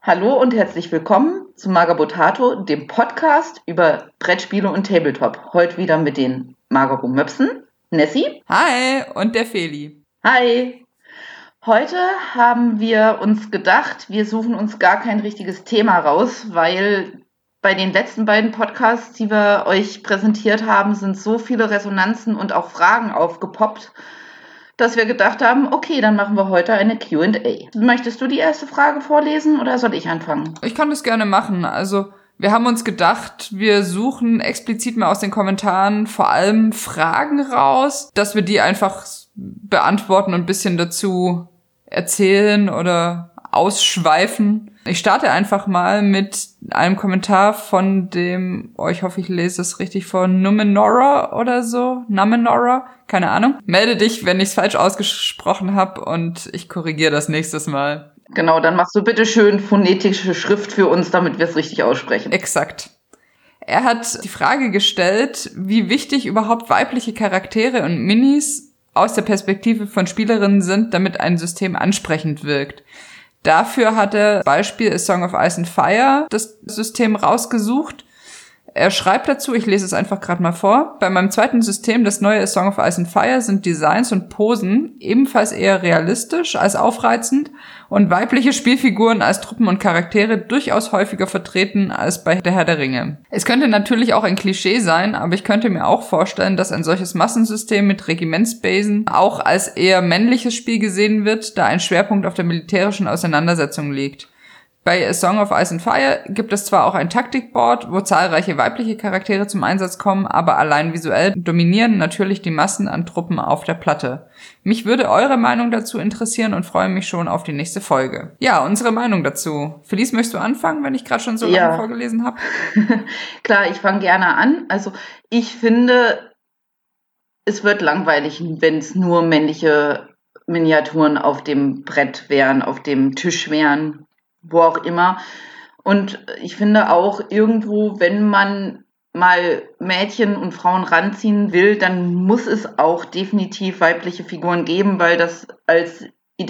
Hallo und herzlich willkommen zu Magabotato, dem Podcast über Brettspiele und Tabletop. Heute wieder mit den Magabo-Möpsen, Nessie. Hi, und der Feli. Hi. Heute haben wir uns gedacht, wir suchen uns gar kein richtiges Thema raus, weil bei den letzten beiden Podcasts, die wir euch präsentiert haben, sind so viele Resonanzen und auch Fragen aufgepoppt, dass wir gedacht haben, okay, dann machen wir heute eine Q&A. Möchtest du die erste Frage vorlesen oder soll ich anfangen? Ich kann das gerne machen. Also, wir haben uns gedacht, wir suchen explizit mal aus den Kommentaren vor allem Fragen raus, dass wir die einfach beantworten und ein bisschen dazu erzählen oder ausschweifen. Ich starte einfach mal mit einem Kommentar von dem, ich hoffe, ich lese es richtig vor, Numenora oder so, Numenora, keine Ahnung. Melde dich, wenn ich es falsch ausgesprochen habe und ich korrigiere das nächstes Mal. Genau, dann machst du bitte schön phonetische Schrift für uns, damit wir es richtig aussprechen. Exakt. Er hat die Frage gestellt, wie wichtig überhaupt weibliche Charaktere und Minis aus der Perspektive von Spielerinnen sind, damit ein System ansprechend wirkt. Dafür hat er Beispiel A Song of Ice and Fire das System rausgesucht. Er schreibt dazu, ich lese es einfach gerade mal vor. Bei meinem zweiten System, das neue A Song of Ice and Fire, sind Designs und Posen ebenfalls eher realistisch als aufreizend und weibliche Spielfiguren als Truppen und Charaktere durchaus häufiger vertreten als bei der Herr der Ringe. Es könnte natürlich auch ein Klischee sein, aber ich könnte mir auch vorstellen, dass ein solches Massensystem mit Regimentsbasen auch als eher männliches Spiel gesehen wird, da ein Schwerpunkt auf der militärischen Auseinandersetzung liegt. Bei A Song of Ice and Fire gibt es zwar auch ein Taktikboard, wo zahlreiche weibliche Charaktere zum Einsatz kommen, aber allein visuell dominieren natürlich die Massen an Truppen auf der Platte. Mich würde eure Meinung dazu interessieren und freue mich schon auf die nächste Folge. Ja, unsere Meinung dazu. Felice, möchtest du anfangen, wenn ich gerade schon so lange vorgelesen habe? Klar, ich fange gerne an. Also ich finde, es wird langweilig, wenn es nur männliche Miniaturen auf dem Brett wären, auf dem Tisch wären, wo auch immer. Und ich finde auch irgendwo, wenn man mal Mädchen und Frauen ranziehen will, dann muss es auch definitiv weibliche Figuren geben, weil das als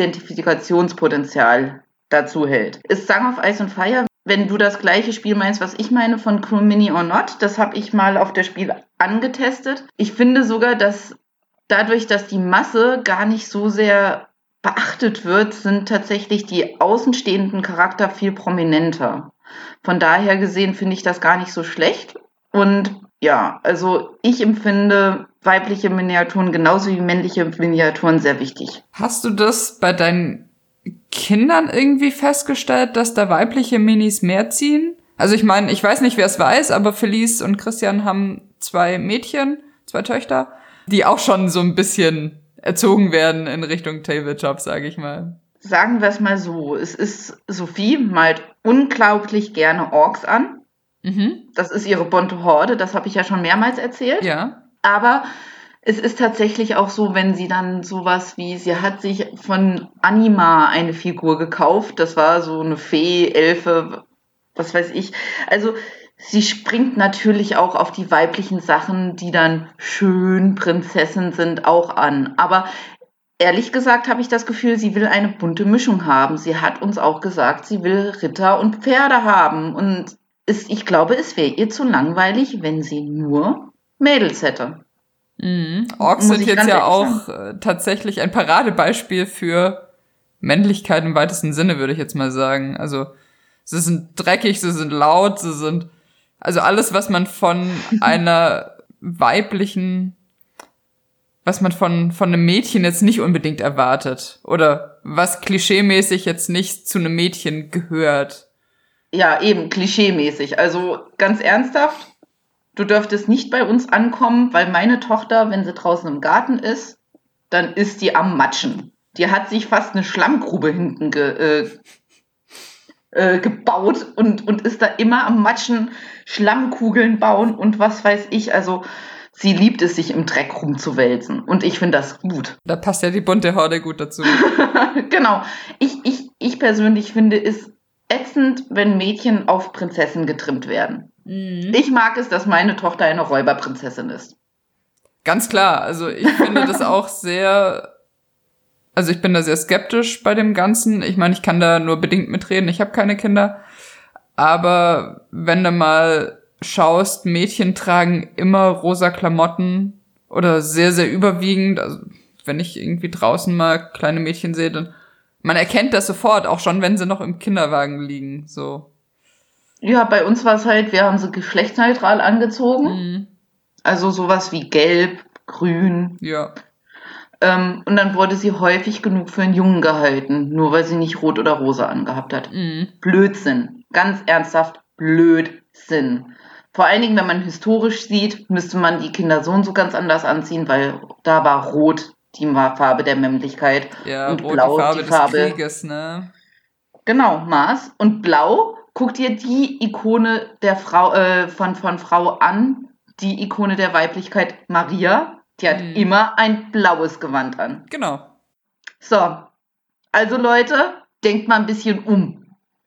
Identifikationspotenzial dazu hält. Ist Song of Ice and Fire, wenn du das gleiche Spiel meinst, was ich meine von Crew Mini or Not, das habe ich mal auf der Spiel angetestet. Ich finde sogar, dass dadurch, dass die Masse gar nicht so sehr beachtet wird, sind tatsächlich die außenstehenden Charakter viel prominenter. Von daher gesehen finde ich das gar nicht so schlecht. Und ja, also ich empfinde weibliche Miniaturen genauso wie männliche Miniaturen sehr wichtig. Hast du das bei deinen Kindern irgendwie festgestellt, dass da weibliche Minis mehr ziehen? Also ich meine, ich weiß nicht, wer es weiß, aber Felice und Christian haben 2 Mädchen, 2 Töchter, die auch schon so ein bisschen erzogen werden in Richtung Tabletop, sage ich mal. Sagen wir es mal so, es ist, Sophie malt unglaublich gerne Orks an. Mhm. Das ist ihre bunte Horde, das habe ich ja schon mehrmals erzählt. Ja. Aber es ist tatsächlich auch so, wenn sie dann sowas wie, sie hat sich von Anima eine Figur gekauft, das war so eine Fee, Elfe, was weiß ich. Also sie springt natürlich auch auf die weiblichen Sachen, die dann schön Prinzessin sind, auch an. Aber ehrlich gesagt habe ich das Gefühl, sie will eine bunte Mischung haben. Sie hat uns auch gesagt, sie will Ritter und Pferde haben. Und ich glaube, es wäre ihr zu langweilig, wenn sie nur Mädels hätte. Orks sind jetzt ja auch tatsächlich ein Paradebeispiel für Männlichkeit im weitesten Sinne, würde ich jetzt mal sagen. Also sie sind dreckig, sie sind laut, sie sind also alles, was man von einer weiblichen, was man von einem Mädchen jetzt nicht unbedingt erwartet. Oder was klischeemäßig jetzt nicht zu einem Mädchen gehört. Ja, eben, klischeemäßig. Also ganz ernsthaft, du dürftest nicht bei uns ankommen, weil meine Tochter, wenn sie draußen im Garten ist, dann ist die am Matschen. Die hat sich fast eine Schlammgrube hinten gebaut und ist da immer am Matschen, Schlammkugeln bauen und was weiß ich. Also sie liebt es, sich im Dreck rumzuwälzen. Und ich finde das gut. Da passt ja die bunte Horde gut dazu. Genau. Ich persönlich finde es ätzend, wenn Mädchen auf Prinzessin getrimmt werden. Mhm. Ich mag es, dass meine Tochter eine Räuberprinzessin ist. Ganz klar. Also ich finde das auch sehr Also ich bin da sehr skeptisch bei dem Ganzen. Ich meine, ich kann da nur bedingt mitreden. Ich habe keine Kinder. Aber wenn du mal schaust, Mädchen tragen immer rosa Klamotten oder sehr, sehr überwiegend. Also wenn ich irgendwie draußen mal kleine Mädchen sehe, dann man erkennt das sofort, auch schon, wenn sie noch im Kinderwagen liegen. So. Ja, bei uns war es halt, wir haben sie geschlechtsneutral angezogen. Mhm. Also sowas wie gelb, grün. Ja. Und dann wurde sie häufig genug für einen Jungen gehalten, nur weil sie nicht rot oder rosa angehabt hat. Mhm. Blödsinn. Ganz ernsthaft Blödsinn. Vor allen Dingen, wenn man historisch sieht, müsste man die Kinder so und so ganz anders anziehen, weil da war rot die Farbe der Männlichkeit Ja, und rot blau die Farbe die des Farbe. Krieges, ne? Genau, Mars. Und blau, guck dir die Ikone der Frau, von Frau an, die Ikone der Weiblichkeit Maria. Die hat immer ein blaues Gewand an. Genau. So, also Leute, denkt mal ein bisschen um.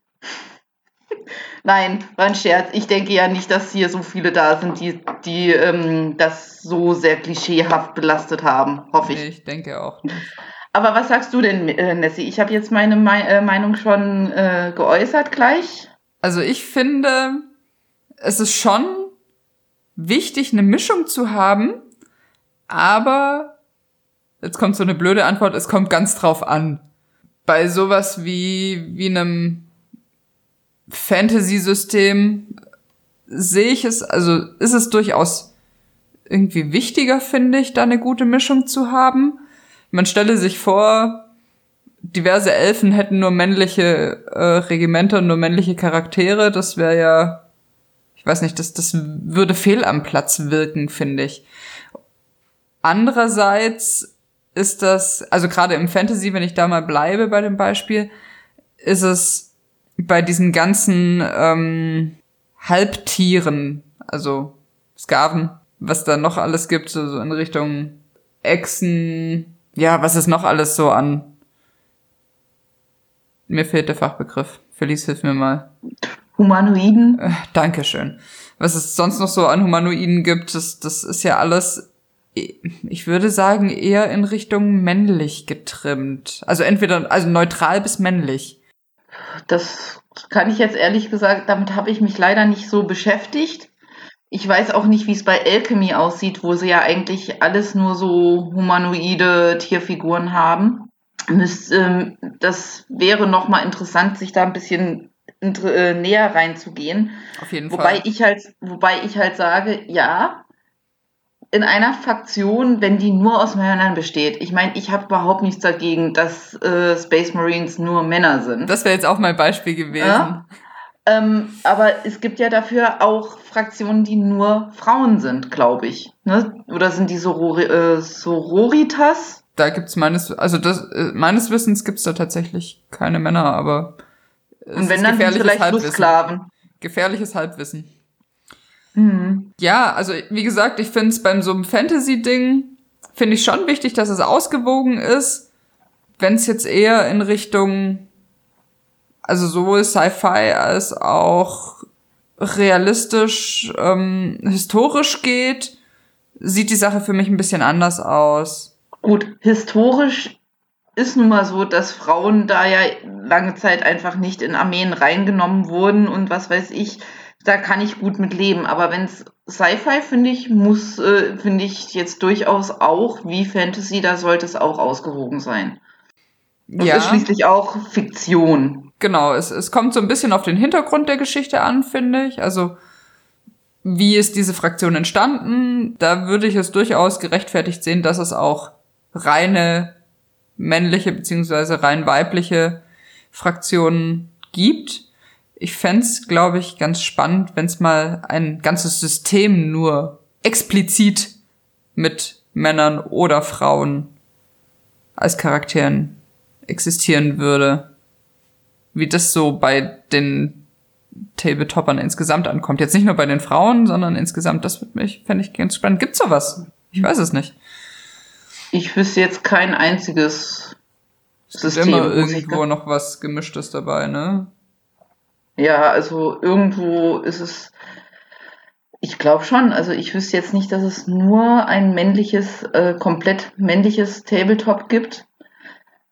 Nein, war ein Scherz. Ich denke ja nicht, dass hier so viele da sind, die das so sehr klischeehaft belastet haben. Hoffe ich. Nee, ich denke auch nicht. Aber was sagst du denn, Nessie? Ich habe jetzt meine Meinung schon geäußert gleich. Also ich finde, es ist schon wichtig, eine Mischung zu haben, aber jetzt kommt so eine blöde Antwort, es kommt ganz drauf an. Bei sowas wie einem Fantasy-System sehe ich es, also ist es durchaus irgendwie wichtiger, finde ich, da eine gute Mischung zu haben. Man stelle sich vor, diverse Elfen hätten nur männliche Regimenter, nur männliche Charaktere. Das wäre ja, ich weiß nicht, das würde fehl am Platz wirken, finde ich. Andererseits ist das, also gerade im Fantasy, wenn ich da mal bleibe bei dem Beispiel, ist es bei diesen ganzen Halbtieren, also Skaven, was da noch alles gibt, so in Richtung Echsen, ja, was ist noch alles so an? Mir fehlt der Fachbegriff. Felice, hilf mir mal. Humanoiden? Dankeschön. Was es sonst noch so an Humanoiden gibt, das ist ja alles, ich würde sagen, eher in Richtung männlich getrimmt. Also entweder, also neutral bis männlich. Das kann ich jetzt ehrlich gesagt, damit habe ich mich leider nicht so beschäftigt. Ich weiß auch nicht, wie es bei Alchemy aussieht, wo sie ja eigentlich alles nur so humanoide Tierfiguren haben. Das wäre nochmal interessant, sich da ein bisschen näher reinzugehen. Auf jeden Wobei Fall. Wobei ich halt sage, ja, in einer Fraktion, wenn die nur aus Männern besteht. Ich meine, ich habe überhaupt nichts dagegen, dass Space Marines nur Männer sind. Das wäre jetzt auch mein Beispiel gewesen. Ja? Aber es gibt ja dafür auch Fraktionen, die nur Frauen sind, glaube ich. Ne? Oder sind die Sororitas? Da gibt's meines Wissens gibt's da tatsächlich keine Männer, aber und wenn, dann sind vielleicht Lustsklaven. Gefährliches Halbwissen. Mhm. Ja, also wie gesagt, ich finde es beim so einem Fantasy-Ding, finde ich schon wichtig, dass es ausgewogen ist. Wenn es jetzt eher in Richtung, also sowohl Sci-Fi als auch realistisch, historisch geht, sieht die Sache für mich ein bisschen anders aus. Gut, historisch ist nun mal so, dass Frauen da ja lange Zeit einfach nicht in Armeen reingenommen wurden und was weiß ich, da kann ich gut mit leben. Aber wenn es Sci-Fi, finde ich jetzt durchaus auch wie Fantasy, da sollte es auch ausgewogen sein. Und ist schließlich auch Fiktion. Genau, es kommt so ein bisschen auf den Hintergrund der Geschichte an, finde ich. Also, wie ist diese Fraktion entstanden? Da würde ich es durchaus gerechtfertigt sehen, dass es auch reine männliche beziehungsweise rein weibliche Fraktionen gibt. Ich fänd's, glaube ich, ganz spannend, wenn es mal ein ganzes System nur explizit mit Männern oder Frauen als Charakteren existieren würde. Wie das so bei den Tabletoppern insgesamt ankommt. Jetzt nicht nur bei den Frauen, sondern insgesamt. Das fände ich ganz spannend. Gibt's sowas? Ich weiß es nicht. Ich wüsste jetzt kein einziges System. Immer irgendwo noch was Gemischtes dabei, ne? Ja, also irgendwo ist es, ich glaube schon, also ich wüsste jetzt nicht, dass es nur ein männliches, komplett männliches Tabletop gibt.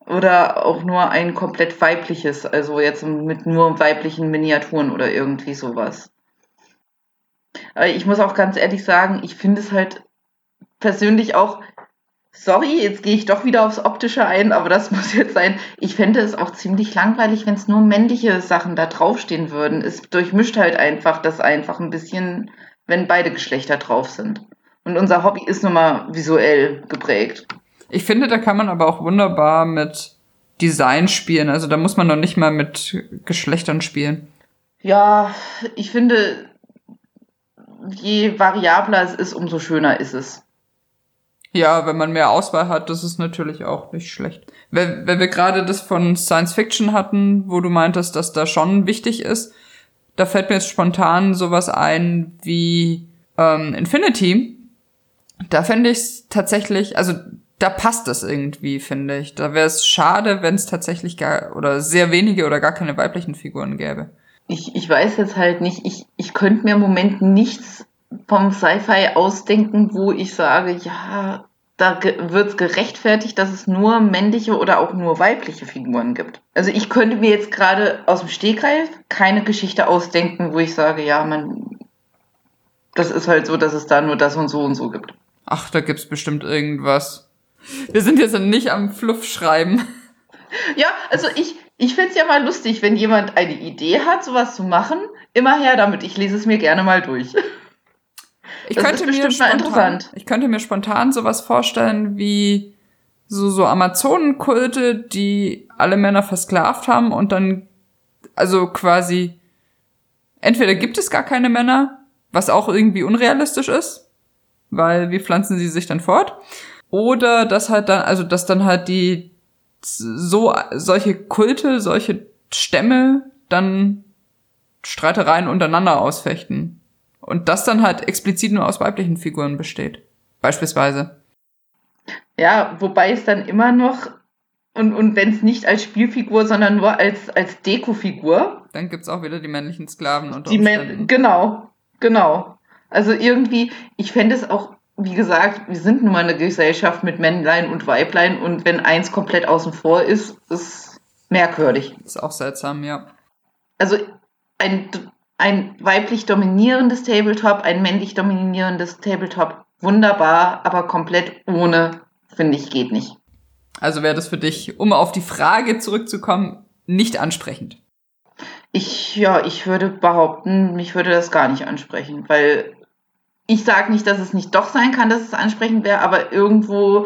Oder auch nur ein komplett weibliches, also jetzt mit nur weiblichen Miniaturen oder irgendwie sowas. Aber ich muss auch ganz ehrlich sagen, ich finde es halt persönlich auch, sorry, jetzt gehe ich doch wieder aufs Optische ein, aber das muss jetzt sein. Ich fände es auch ziemlich langweilig, wenn es nur männliche Sachen da draufstehen würden. Es durchmischt halt einfach das einfach ein bisschen, wenn beide Geschlechter drauf sind. Und unser Hobby ist nun mal visuell geprägt. Ich finde, da kann man aber auch wunderbar mit Design spielen. Also da muss man noch nicht mal mit Geschlechtern spielen. Ja, ich finde, je variabler es ist, umso schöner ist es. Ja, wenn man mehr Auswahl hat, das ist natürlich auch nicht schlecht. Wenn wir gerade das von Science Fiction hatten, wo du meintest, dass da schon wichtig ist, da fällt mir jetzt spontan sowas ein wie Infinity. Da finde ich es tatsächlich, also da passt es irgendwie, finde ich. Da wäre es schade, wenn es tatsächlich gar oder sehr wenige oder gar keine weiblichen Figuren gäbe. Ich weiß jetzt halt nicht, ich könnte mir im Moment nichts vom Sci-Fi ausdenken, wo ich sage, ja, da wird es gerechtfertigt, dass es nur männliche oder auch nur weibliche Figuren gibt. Also ich könnte mir jetzt gerade aus dem Stegreif keine Geschichte ausdenken, wo ich sage, ja, das ist halt so, dass es da nur das und so gibt. Ach, da gibt's bestimmt irgendwas. Wir sind jetzt nicht am Fluff schreiben. Ja, also ich find's ja mal lustig, wenn jemand eine Idee hat, sowas zu machen. Immer her damit, ich lese es mir gerne mal durch. Ich könnte mir spontan sowas vorstellen wie so Amazonenkulte, die alle Männer versklavt haben und dann, also quasi, entweder gibt es gar keine Männer, was auch irgendwie unrealistisch ist, weil wie pflanzen sie sich dann fort? Oder dass halt dann, also dass dann halt solche Kulte, solche Stämme dann Streitereien untereinander ausfechten. Und das dann halt explizit nur aus weiblichen Figuren besteht. Beispielsweise. Ja, wobei es dann immer noch, und wenn es nicht als Spielfigur, sondern nur als Dekofigur. Dann gibt's auch wieder die männlichen Sklaven unter Umständen. Genau. Also irgendwie, ich fände es auch, wie gesagt, wir sind nun mal eine Gesellschaft mit Männlein und Weiblein und wenn eins komplett außen vor ist, ist merkwürdig. Ist auch seltsam, ja. Also ein weiblich dominierendes Tabletop, ein männlich dominierendes Tabletop, wunderbar, aber komplett ohne, finde ich, geht nicht. Also wäre das für dich, um auf die Frage zurückzukommen, nicht ansprechend? Ich würde behaupten, mich würde das gar nicht ansprechen, weil ich sage nicht, dass es nicht doch sein kann, dass es ansprechend wäre, aber irgendwo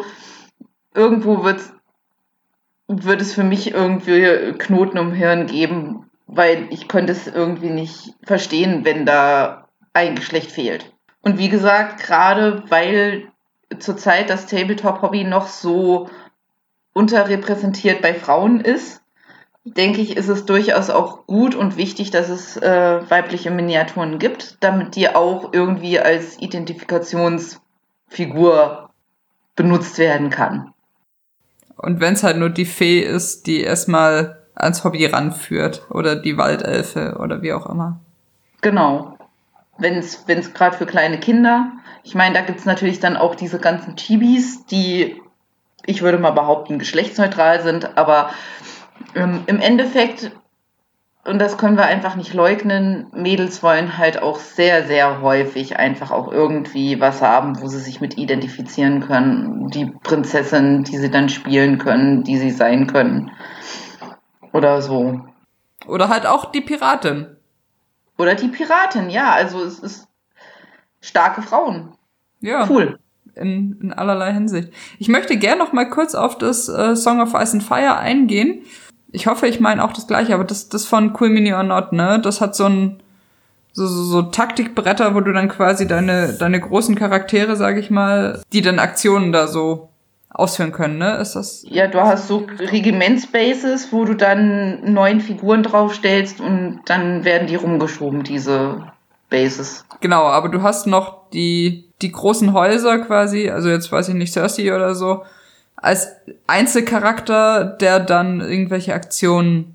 wird es für mich irgendwie Knoten im Hirn geben, weil ich könnte es irgendwie nicht verstehen, wenn da ein Geschlecht fehlt. Und wie gesagt, gerade weil zurzeit das Tabletop-Hobby noch so unterrepräsentiert bei Frauen ist, denke ich, ist es durchaus auch gut und wichtig, dass es weibliche Miniaturen gibt, damit die auch irgendwie als Identifikationsfigur benutzt werden kann. Und wenn es halt nur die Fee ist, die erstmal ans Hobby ranführt oder die Waldelfe oder wie auch immer. Genau. Wenn es gerade für kleine Kinder, ich meine, da gibt es natürlich dann auch diese ganzen Chibis, die, ich würde mal behaupten, geschlechtsneutral sind, aber im Endeffekt, und das können wir einfach nicht leugnen, Mädels wollen halt auch sehr, sehr häufig einfach auch irgendwie was haben, wo sie sich mit identifizieren können. Die Prinzessin, die sie dann spielen können, die sie sein können. Oder so. Oder halt auch die Piratin. Oder die Piratin, ja. Also es ist starke Frauen. Ja. Cool. In allerlei Hinsicht. Ich möchte gern noch mal kurz auf das Song of Ice and Fire eingehen. Ich hoffe, ich meine auch das Gleiche, aber das von Cool Mini or Not, ne? Das hat so Taktikbretter, wo du dann quasi deine großen Charaktere, sag ich mal, die dann Aktionen da so ausführen können, ne? Ist das? Ja, du hast so Regimentsbases, wo du dann 9 Figuren draufstellst und dann werden die rumgeschoben, diese Bases. Genau, aber du hast noch die großen Häuser quasi, also jetzt weiß ich nicht, Cersei oder so, als Einzelcharakter, der dann irgendwelche Aktionen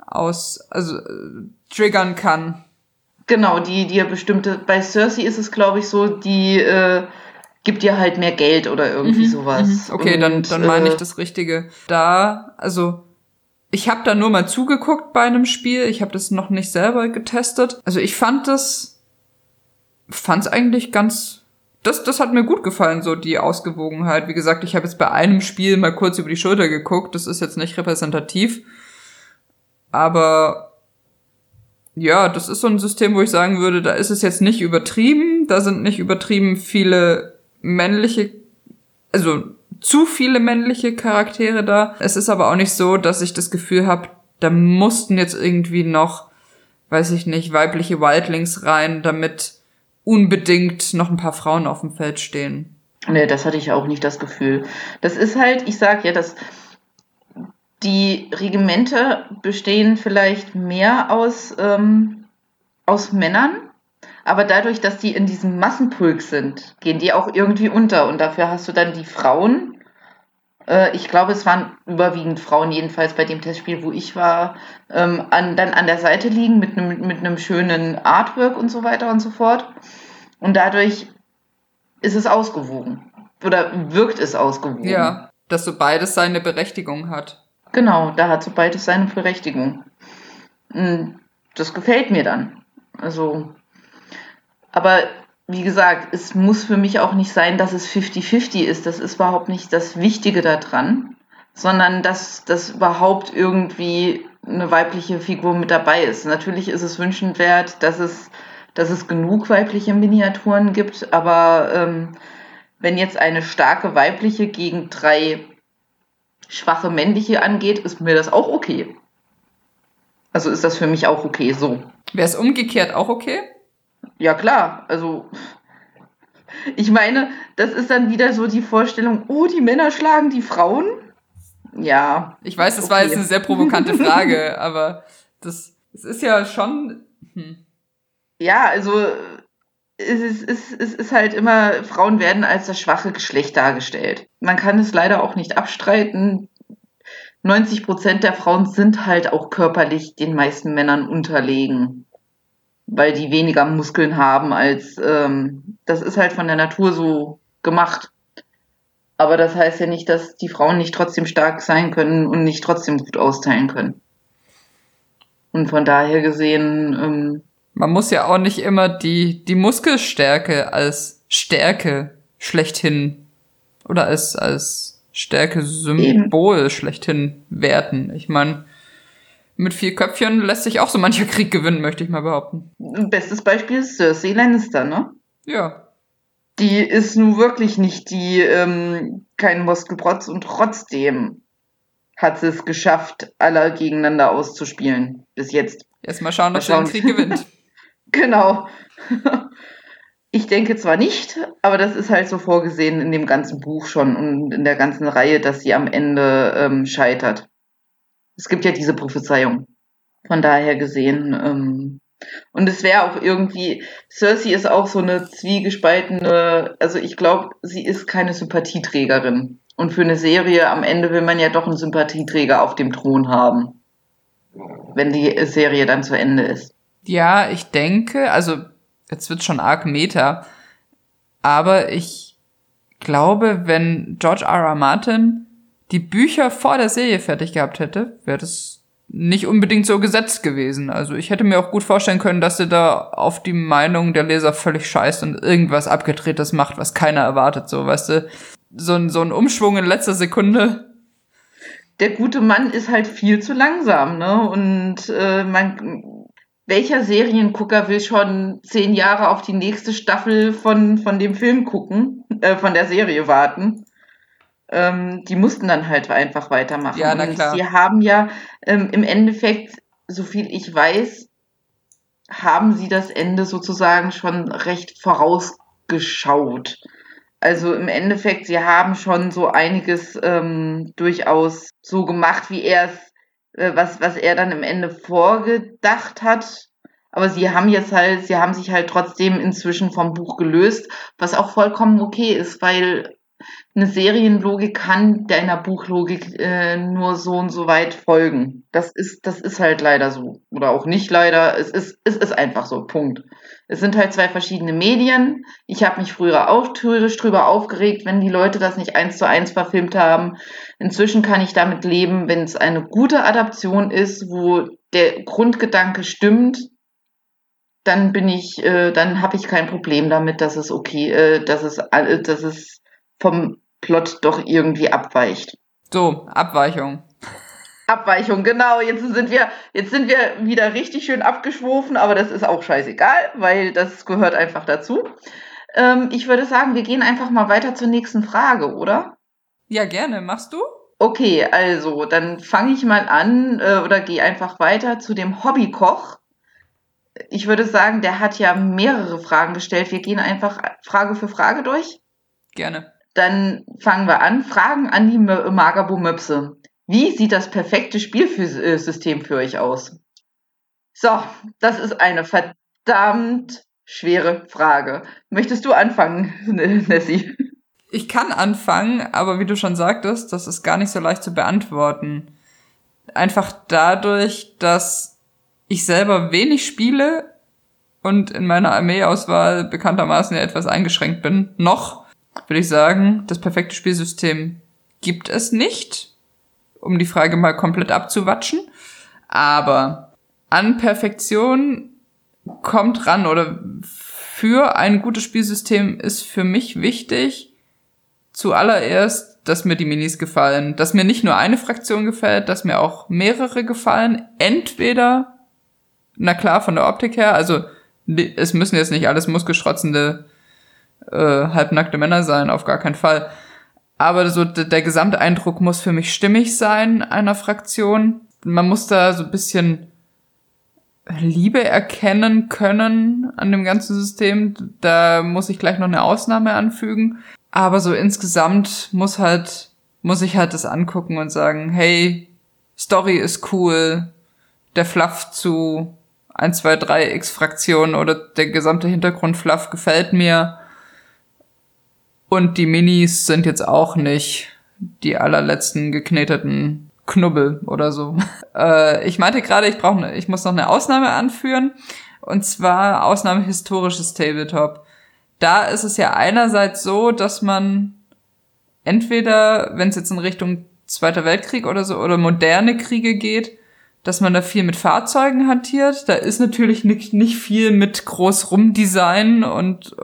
triggern kann. Genau, die ja bestimmte, bei Cersei ist es, glaube ich, so, die gibt dir halt mehr Geld oder irgendwie sowas. Okay, dann meine ich das Richtige. Ich habe da nur mal zugeguckt bei einem Spiel. Ich habe das noch nicht selber getestet. Also ich fand's eigentlich ganz, das hat mir gut gefallen, so die Ausgewogenheit. Wie gesagt, ich habe jetzt bei einem Spiel mal kurz über die Schulter geguckt. Das ist jetzt nicht repräsentativ. Aber ja, das ist so ein System, wo ich sagen würde, da ist es jetzt nicht übertrieben. Da sind nicht übertrieben viele zu viele männliche Charaktere da. Es ist aber auch nicht so, dass ich das Gefühl habe, da mussten jetzt irgendwie noch, weiß ich nicht, weibliche Wildlings rein, damit unbedingt noch ein paar Frauen auf dem Feld stehen. Nee, das hatte ich auch nicht das Gefühl. Das ist halt, ich sag ja, dass die Regimente bestehen vielleicht mehr aus Männern, aber dadurch, dass die in diesem Massenpulk sind, gehen die auch irgendwie unter und dafür hast du dann die Frauen. Ich glaube, es waren überwiegend Frauen, jedenfalls bei dem Testspiel, wo ich war, dann an der Seite liegen mit einem schönen Artwork und so weiter und so fort. Und dadurch ist es ausgewogen. Oder wirkt es ausgewogen. Ja, dass so beides seine Berechtigung hat. Genau, da hat so beides seine Berechtigung. Das gefällt mir dann. Also, aber wie gesagt, es muss für mich auch nicht sein, dass es 50-50 ist. Das ist überhaupt nicht das Wichtige daran, sondern dass überhaupt irgendwie eine weibliche Figur mit dabei ist. Natürlich ist es wünschenswert, dass es genug weibliche Miniaturen gibt, aber wenn jetzt eine starke weibliche gegen 3 schwache männliche angeht, ist mir das auch okay. Also ist das für mich auch okay, so. Wäre es umgekehrt auch okay? Ja, klar. Also, ich meine, das ist dann wieder so die Vorstellung, oh, die Männer schlagen die Frauen? Ja. Ich weiß, das war jetzt eine sehr provokante Frage, aber es ist ja schon... Ja, also, es ist halt immer, Frauen werden als das schwache Geschlecht dargestellt. Man kann es leider auch nicht abstreiten. 90% der Frauen sind halt auch körperlich den meisten Männern unterlegen, weil die weniger Muskeln haben als, das ist halt von der Natur so gemacht. Aber das heißt ja nicht, dass die Frauen nicht trotzdem stark sein können und nicht trotzdem gut austeilen können. Und von daher gesehen, man muss ja auch nicht immer die Muskelstärke als Stärke schlechthin oder als Stärke-Symbol schlechthin werten. Ich meine, mit 4 Köpfchen lässt sich auch so mancher Krieg gewinnen, möchte ich mal behaupten. Bestes Beispiel ist Cersei Lannister, ne? Ja. Die ist nun wirklich nicht kein Muskelprotz und trotzdem hat sie es geschafft, alle gegeneinander auszuspielen. Bis jetzt. Erstmal schauen, ob sie den Krieg gewinnt. Genau. Ich denke zwar nicht, aber das ist halt so vorgesehen in dem ganzen Buch schon und in der ganzen Reihe, dass sie am Ende scheitert. Es gibt ja diese Prophezeiung. Von daher gesehen. Und es wäre auch irgendwie, Cersei ist auch so eine zwiegespaltene, also ich glaube, sie ist keine Sympathieträgerin. Und für eine Serie am Ende will man ja doch einen Sympathieträger auf dem Thron haben. Wenn die Serie dann zu Ende ist. Ja, ich denke, also jetzt wird schon arg Meta, aber ich glaube, wenn George R.R. Martin die Bücher vor der Serie fertig gehabt hätte, wäre das nicht unbedingt so gesetzt gewesen. Also ich hätte mir auch gut vorstellen können, dass er da auf die Meinung der Leser völlig scheißt und irgendwas Abgedrehtes macht, was keiner erwartet. So, weißt du, so ein Umschwung in letzter Sekunde. Der gute Mann ist halt viel zu langsam, ne? Und welcher Seriengucker will schon 10 Jahre auf die nächste Staffel von dem Film gucken, von der Serie warten? Die mussten dann halt einfach weitermachen. Ja, na klar. Und sie haben ja im Endeffekt, so viel ich weiß, haben sie das Ende sozusagen schon recht vorausgeschaut. Also im Endeffekt, sie haben schon so einiges durchaus so gemacht, wie er es, was er dann im Ende vorgedacht hat. Aber sie haben sich halt trotzdem inzwischen vom Buch gelöst, was auch vollkommen okay ist, weil eine Serienlogik kann deiner Buchlogik nur so und so weit folgen. Das ist halt leider so. Oder auch nicht leider. Es ist einfach so. Punkt. Es sind halt zwei verschiedene Medien. Ich habe mich früher auch tierisch drüber aufgeregt, wenn die Leute das nicht 1:1 verfilmt haben. Inzwischen kann ich damit leben, wenn es eine gute Adaption ist, wo der Grundgedanke stimmt, dann dann habe ich kein Problem damit, dass es dass es vom Plot doch irgendwie abweicht. So, Abweichung. Abweichung, genau. Jetzt sind wir wieder richtig schön abgeschwofen, aber das ist auch scheißegal, weil das gehört einfach dazu. Ich würde sagen, wir gehen einfach mal weiter zur nächsten Frage, oder? Ja, gerne. Machst du? Okay, also dann fange ich mal an oder gehe einfach weiter zu dem Hobbykoch. Ich würde sagen, der hat ja mehrere Fragen gestellt. Wir gehen einfach Frage für Frage durch. Gerne. Dann fangen wir an. Fragen an die Magabo Möpse. Wie sieht das perfekte Spielsystem für euch aus? So, das ist eine verdammt schwere Frage. Möchtest du anfangen, Nessie? Ich kann anfangen, aber wie du schon sagtest, das ist gar nicht so leicht zu beantworten. Einfach dadurch, dass ich selber wenig spiele und in meiner Armeeauswahl bekanntermaßen ja etwas eingeschränkt bin. Noch würde ich sagen, das perfekte Spielsystem gibt es nicht, um die Frage mal komplett abzuwatschen. Aber an Perfektion kommt ran, oder für ein gutes Spielsystem ist für mich wichtig, zuallererst, dass mir die Minis gefallen, dass mir nicht nur eine Fraktion gefällt, dass mir auch mehrere gefallen. Entweder, na klar, von der Optik her, also es müssen jetzt nicht alles muskelschrotzende, halbnackte Männer sein, auf gar keinen Fall. Aber so der Gesamteindruck muss für mich stimmig sein, einer Fraktion. Man muss da so ein bisschen Liebe erkennen können an dem ganzen System. Da muss ich gleich noch eine Ausnahme anfügen. Aber so insgesamt muss ich halt das angucken und sagen, hey, Story ist cool, der Fluff zu 1, 2, 3 X-Fraktionen oder der gesamte Hintergrund-Fluff gefällt mir. Und die Minis sind jetzt auch nicht die allerletzten gekneteten Knubbel oder so. Ich meinte gerade, ich muss noch eine Ausnahme anführen. Und zwar Ausnahme historisches Tabletop. Da ist es ja einerseits so, dass man entweder, wenn es jetzt in Richtung Zweiter Weltkrieg oder so, oder moderne Kriege geht, dass man da viel mit Fahrzeugen hantiert. Da ist natürlich nicht viel mit groß rumdesignen und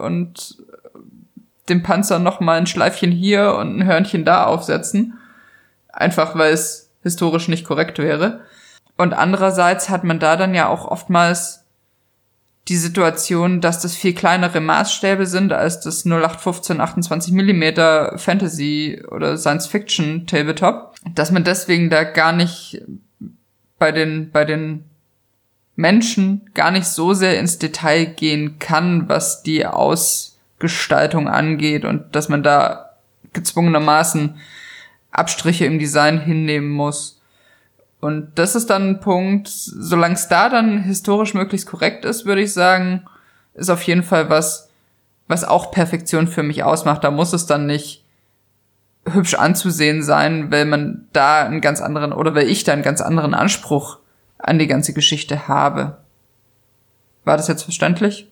dem Panzer noch mal ein Schleifchen hier und ein Hörnchen da aufsetzen. Einfach, weil es historisch nicht korrekt wäre. Und andererseits hat man da dann ja auch oftmals die Situation, dass das viel kleinere Maßstäbe sind als das 0815 28 mm Fantasy oder Science Fiction Tabletop, dass man deswegen da gar nicht bei den Menschen gar nicht so sehr ins Detail gehen kann, was die Ausgestaltung angeht, und dass man da gezwungenermaßen Abstriche im Design hinnehmen muss. Und das ist dann ein Punkt, solange es da dann historisch möglichst korrekt ist, würde ich sagen, ist auf jeden Fall was auch Perfektion für mich ausmacht. Da muss es dann nicht hübsch anzusehen sein, weil man da einen ganz anderen, oder weil ich da einen ganz anderen Anspruch an die ganze Geschichte habe. War das jetzt verständlich?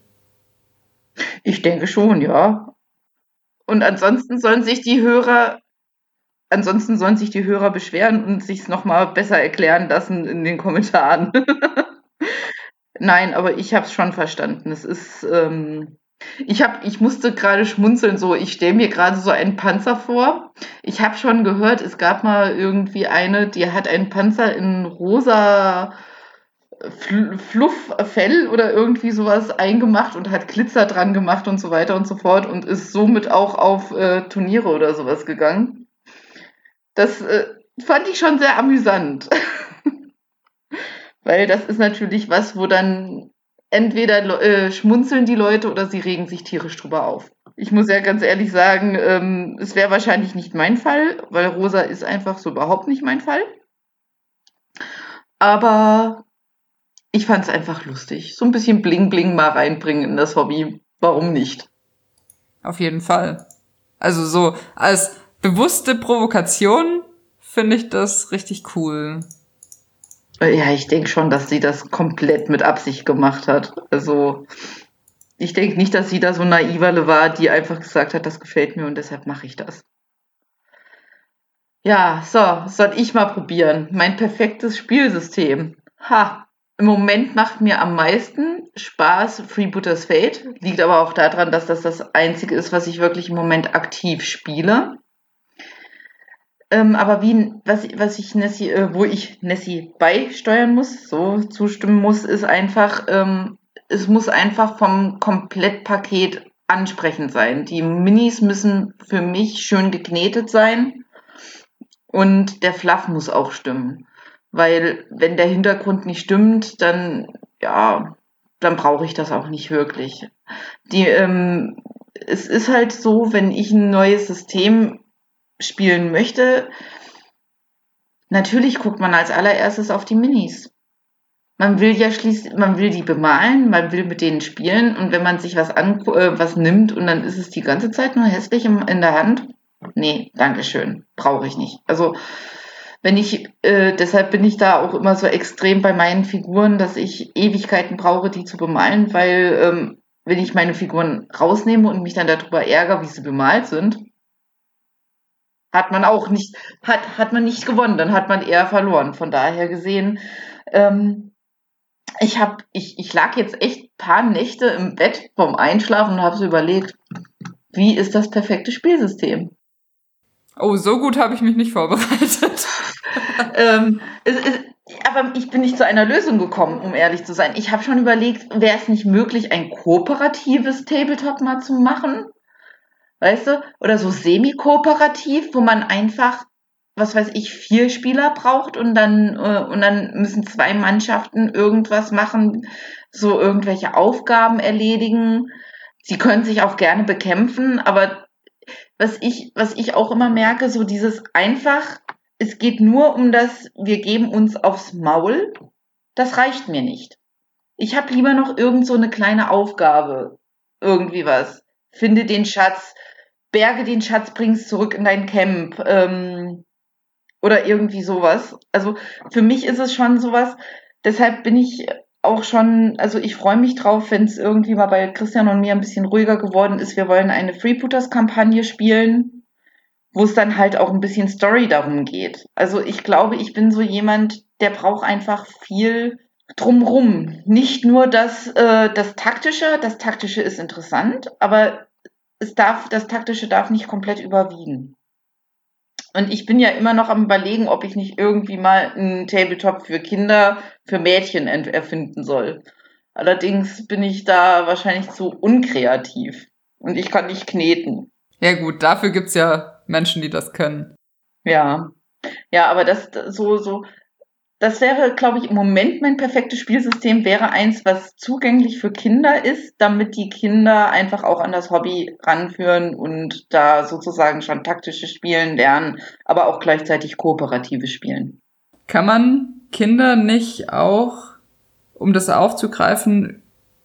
Ich denke schon, ja. Und ansonsten sollen sich die Hörer beschweren und sich's noch mal besser erklären lassen in den Kommentaren. Nein, aber ich habe es schon verstanden. Es ist, ich musste gerade schmunzeln, so, ich stelle mir gerade so einen Panzer vor. Ich habe schon gehört, es gab mal irgendwie eine, die hat einen Panzer in rosa Flufffell oder irgendwie sowas eingemacht und hat Glitzer dran gemacht und so weiter und so fort und ist somit auch auf Turniere oder sowas gegangen. Das fand ich schon sehr amüsant. Weil das ist natürlich was, wo dann entweder schmunzeln die Leute oder sie regen sich tierisch drüber auf. Ich muss ja ganz ehrlich sagen, es wäre wahrscheinlich nicht mein Fall, weil rosa ist einfach so überhaupt nicht mein Fall. Aber ich fand es einfach lustig. So ein bisschen Bling Bling mal reinbringen in das Hobby. Warum nicht? Auf jeden Fall. Also so als bewusste Provokation finde ich das richtig cool. Ja, ich denke schon, dass sie das komplett mit Absicht gemacht hat. Also ich denke nicht, dass sie da so naiverle war, die einfach gesagt hat, das gefällt mir und deshalb mache ich das. Ja, so, soll ich mal probieren. Mein perfektes Spielsystem. Ha, im Moment macht mir am meisten Spaß Freebooters Fate. Liegt aber auch daran, dass das das Einzige ist, was ich wirklich im Moment aktiv spiele. Aber was ich Nessie, wo ich Nessie beisteuern muss, so zustimmen muss, ist einfach, es muss einfach vom Komplettpaket ansprechend sein. Die Minis müssen für mich schön geknetet sein und der Fluff muss auch stimmen. Weil wenn der Hintergrund nicht stimmt, dann, ja, dann brauche ich das auch nicht wirklich. Es ist halt so, wenn ich ein neues System spielen möchte, natürlich guckt man als allererstes auf die Minis. Man will ja schließlich, man will die bemalen, man will mit denen spielen und wenn man sich was nimmt und dann ist es die ganze Zeit nur hässlich in der Hand, nee, dankeschön, brauche ich nicht. Also deshalb bin ich da auch immer so extrem bei meinen Figuren, dass ich Ewigkeiten brauche, die zu bemalen, weil wenn ich meine Figuren rausnehme und mich dann darüber ärgere, wie sie bemalt sind, hat man auch nicht, hat man nicht gewonnen, dann hat man eher verloren. Von daher gesehen, ich lag jetzt echt ein paar Nächte im Bett vorm Einschlafen und habe so überlegt, wie ist das perfekte Spielsystem? Oh, so gut habe ich mich nicht vorbereitet. Aber ich bin nicht zu einer Lösung gekommen, um ehrlich zu sein. Ich habe schon überlegt, wäre es nicht möglich, ein kooperatives Tabletop mal zu machen? Weißt du? Oder so semi-kooperativ, wo man einfach, was weiß ich, 4 Spieler braucht und dann müssen 2 Mannschaften irgendwas machen, so irgendwelche Aufgaben erledigen. Sie können sich auch gerne bekämpfen, aber was ich auch immer merke, so dieses einfach, es geht nur um das, wir geben uns aufs Maul, das reicht mir nicht. Ich habe lieber noch irgend so eine kleine Aufgabe, irgendwie was. Finde den Schatz, berge den Schatz, bring's zurück in dein Camp, oder irgendwie sowas. Also für mich ist es schon sowas, deshalb bin ich auch schon, also ich freue mich drauf, wenn es irgendwie mal bei Christian und mir ein bisschen ruhiger geworden ist. Wir wollen eine Freebooters-Kampagne spielen, wo es dann halt auch ein bisschen Story darum geht. Also ich glaube, ich bin so jemand, der braucht einfach viel drumrum. Nicht nur das Taktische ist interessant, aber das Taktische darf nicht komplett überwiegen. Und ich bin ja immer noch am Überlegen, ob ich nicht irgendwie mal einen Tabletop für Kinder, für Mädchen erfinden soll. Allerdings bin ich da wahrscheinlich zu unkreativ und ich kann nicht kneten. Ja gut, dafür gibt's ja Menschen, die das können. Ja, ja, aber das wäre, glaube ich, im Moment mein perfektes Spielsystem, wäre eins, was zugänglich für Kinder ist, damit die Kinder einfach auch an das Hobby ranführen und da sozusagen schon taktisches Spielen lernen, aber auch gleichzeitig kooperatives Spielen. Kann man Kinder nicht auch, um das aufzugreifen,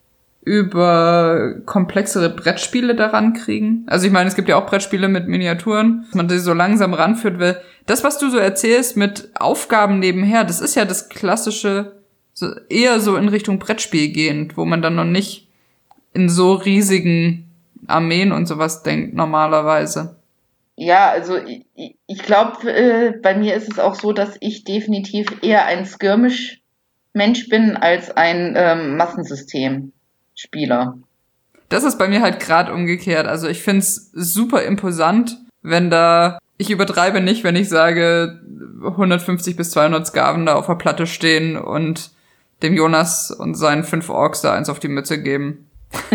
über komplexere Brettspiele daran kriegen? Also ich meine, es gibt ja auch Brettspiele mit Miniaturen, dass man die so langsam ranführt will. Das, was du so erzählst mit Aufgaben nebenher, das ist ja das klassische, so eher so in Richtung Brettspiel gehend, wo man dann noch nicht in so riesigen Armeen und sowas denkt normalerweise. Ja, also ich glaube, bei mir ist es auch so, dass ich definitiv eher ein Skirmish-Mensch bin als ein Massensystem-Spieler. Das ist bei mir halt gerade umgekehrt. Also ich find's super imposant, wenn da, ich übertreibe nicht, wenn ich sage, 150 bis 200 Skaven da auf der Platte stehen und dem Jonas und seinen 5 Orks da eins auf die Mütze geben.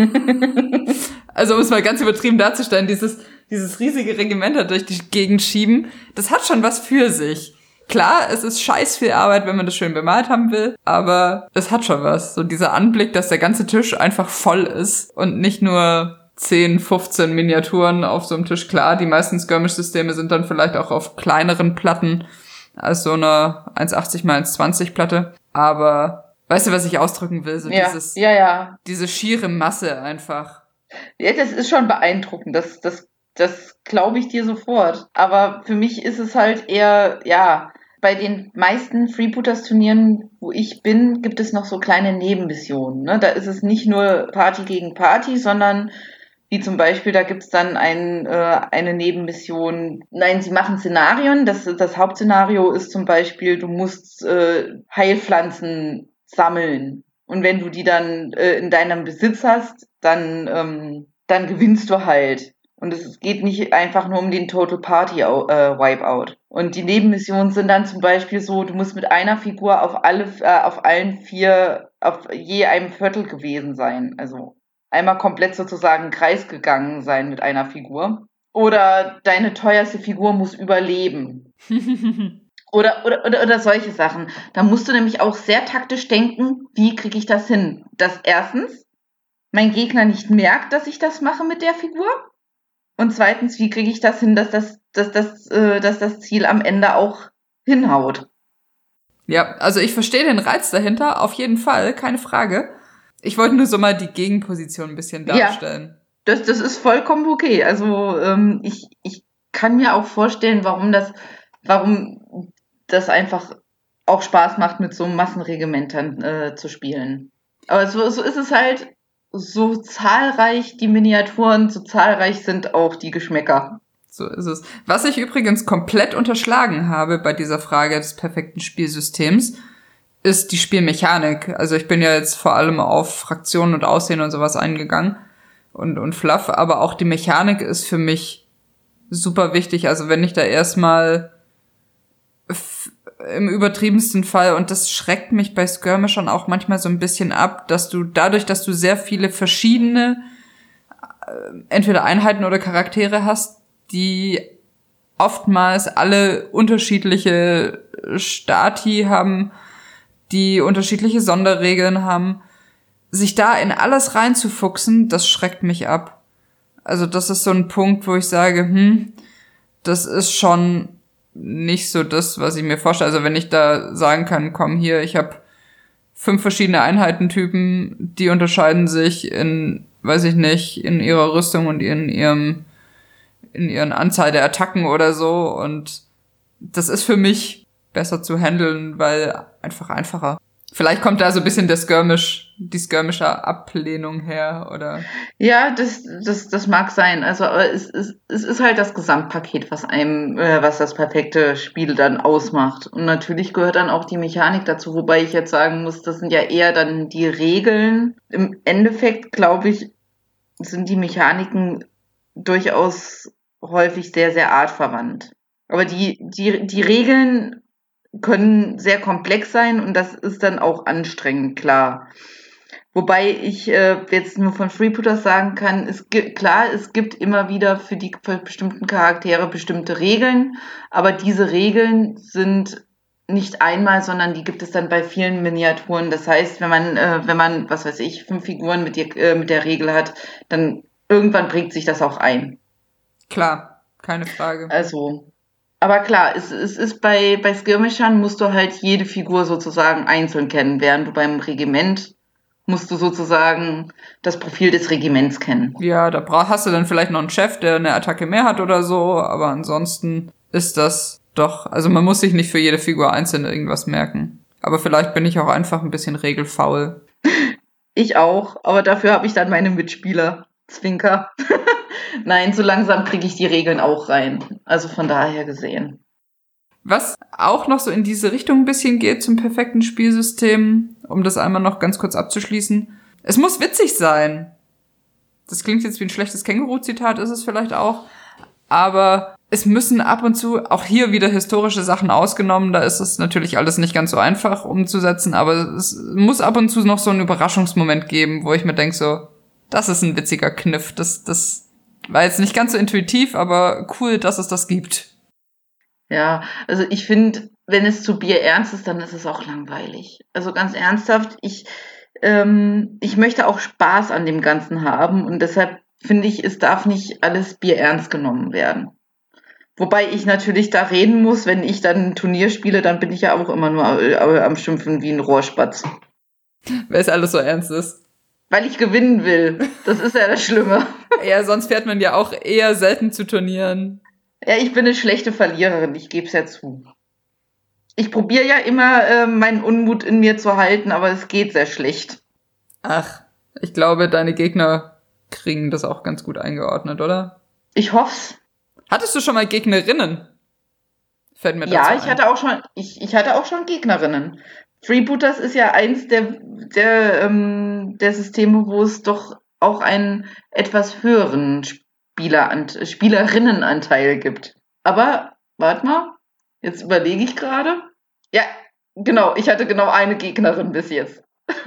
Also um es mal ganz übertrieben darzustellen, dieses riesige Regiment da durch die Gegend schieben, das hat schon was für sich. Klar, es ist scheiß viel Arbeit, wenn man das schön bemalt haben will, aber es hat schon was. So dieser Anblick, dass der ganze Tisch einfach voll ist und nicht nur 10, 15 Miniaturen auf so einem Tisch. Klar, die meisten Skirmish-Systeme sind dann vielleicht auch auf kleineren Platten als so eine 1,80 x 1,20 Platte. Aber weißt du, was ich ausdrücken will? So diese schiere Masse einfach. Ja, das ist schon beeindruckend. Das Das glaube ich dir sofort. Aber für mich ist es halt eher, ja, bei den meisten Freebooters-Turnieren, wo ich bin, gibt es noch so kleine Nebenmissionen. Ne? Da ist es nicht nur Party gegen Party, sondern wie zum Beispiel, da gibt's dann eine Nebenmission. Nein, sie machen Szenarien. Das Hauptszenario ist zum Beispiel, du musst Heilpflanzen sammeln. Und wenn du die dann in deinem Besitz hast, dann gewinnst du halt. Und es geht nicht einfach nur um den Total Party Wipeout. Und die Nebenmissionen sind dann zum Beispiel so, du musst mit einer Figur auf allen 4, auf je einem Viertel gewesen sein. Also einmal komplett sozusagen einen Kreis gegangen sein mit einer Figur. Oder deine teuerste Figur muss überleben. Oder solche Sachen. Da musst du nämlich auch sehr taktisch denken, wie kriege ich das hin? Dass erstens mein Gegner nicht merkt, dass ich das mache mit der Figur. Und zweitens, wie kriege ich das hin, dass das Ziel am Ende auch hinhaut? Ja, also ich verstehe den Reiz dahinter, auf jeden Fall, keine Frage. Ich wollte nur so mal die Gegenposition ein bisschen darstellen. Ja, das ist vollkommen okay. Also ich kann mir auch vorstellen, warum das einfach auch Spaß macht, mit so einem Massenregiment dann zu spielen. Aber so ist es halt, so zahlreich die Miniaturen, so zahlreich sind auch die Geschmäcker. So ist es. Was ich übrigens komplett unterschlagen habe bei dieser Frage des perfekten Spielsystems, ist die Spielmechanik. Also ich bin ja jetzt vor allem auf Fraktionen und Aussehen und sowas eingegangen und Fluff, aber auch die Mechanik ist für mich super wichtig. Also wenn ich da erstmal im übertriebensten Fall, und das schreckt mich bei Skirmishern auch manchmal so ein bisschen ab, dass du dadurch, dass du sehr viele verschiedene entweder Einheiten oder Charaktere hast, die oftmals alle unterschiedliche Stati haben, die unterschiedliche Sonderregeln haben, sich da in alles reinzufuchsen, das schreckt mich ab. Also das ist so ein Punkt, wo ich sage, das ist schon nicht so das, was ich mir vorstelle. Also wenn ich da sagen kann, komm hier, ich habe 5 verschiedene Einheitentypen, die unterscheiden sich in, weiß ich nicht, in ihrer Rüstung und in ihren Anzahl der Attacken oder so, und das ist für mich besser zu handeln, weil einfach einfacher. Vielleicht kommt da so ein bisschen die Skirmisher Ablehnung her, oder? Ja, das mag sein. Also, aber es ist halt das Gesamtpaket, was das perfekte Spiel dann ausmacht. Und natürlich gehört dann auch die Mechanik dazu, wobei ich jetzt sagen muss, das sind ja eher dann die Regeln. Im Endeffekt, glaube ich, sind die Mechaniken durchaus häufig sehr, sehr artverwandt. Aber die Regeln können sehr komplex sein und das ist dann auch anstrengend, klar. Wobei ich jetzt nur von Freebooters sagen kann, es gibt immer wieder für bestimmten Charaktere bestimmte Regeln, aber diese Regeln sind nicht einmal, sondern die gibt es dann bei vielen Miniaturen. Das heißt, wenn man, was weiß ich, 5 Figuren mit der Regel hat, dann irgendwann prägt sich das auch ein. Klar, keine Frage. Also, aber klar, es ist bei Skirmishern musst du halt jede Figur sozusagen einzeln kennen, während du beim Regiment musst du sozusagen das Profil des Regiments kennen. Ja, da hast du dann vielleicht noch einen Chef, der eine Attacke mehr hat oder so, aber ansonsten ist das doch, also man muss sich nicht für jede Figur einzeln irgendwas merken. Aber vielleicht bin ich auch einfach ein bisschen regelfaul. Ich auch, aber dafür habe ich dann meine Mitspieler. Zwinker. Nein, so langsam kriege ich die Regeln auch rein. Also von daher gesehen. Was auch noch so in diese Richtung ein bisschen geht zum perfekten Spielsystem, um das einmal noch ganz kurz abzuschließen. Es muss witzig sein. Das klingt jetzt wie ein schlechtes Känguru-Zitat, ist es vielleicht auch. Aber es müssen ab und zu, auch hier wieder historische Sachen ausgenommen, da ist es natürlich alles nicht ganz so einfach umzusetzen, aber es muss ab und zu noch so einen Überraschungsmoment geben, wo ich mir denke so, das ist ein witziger Kniff. Das war jetzt nicht ganz so intuitiv, aber cool, dass es das gibt. Ja, also ich finde, wenn es zu Bier ernst ist, dann ist es auch langweilig. Also ganz ernsthaft, ich möchte auch Spaß an dem Ganzen haben und deshalb finde ich, es darf nicht alles Bier ernst genommen werden. Wobei ich natürlich da reden muss, wenn ich dann ein Turnier spiele, dann bin ich ja auch immer nur am Schimpfen wie ein Rohrspatz. Weil es alles so ernst ist. Weil ich gewinnen will. Das ist ja das Schlimme. Ja, sonst fährt man ja auch eher selten zu Turnieren. Ja, ich bin eine schlechte Verliererin, ich gebe es ja zu. Ich probiere ja immer, meinen Unmut in mir zu halten, aber es geht sehr schlecht. Ach, ich glaube, deine Gegner kriegen das auch ganz gut eingeordnet, oder? Ich hoff's. Hattest du schon mal Gegnerinnen? Fällt mir Ja, dazu ein. ich hatte auch schon Gegnerinnen. Freebooters ist ja eins der Systeme, wo es doch auch einen etwas höheren Spielerinnenanteil gibt. Aber, warte mal, jetzt überlege ich gerade. Ja, genau, ich hatte genau eine Gegnerin bis jetzt.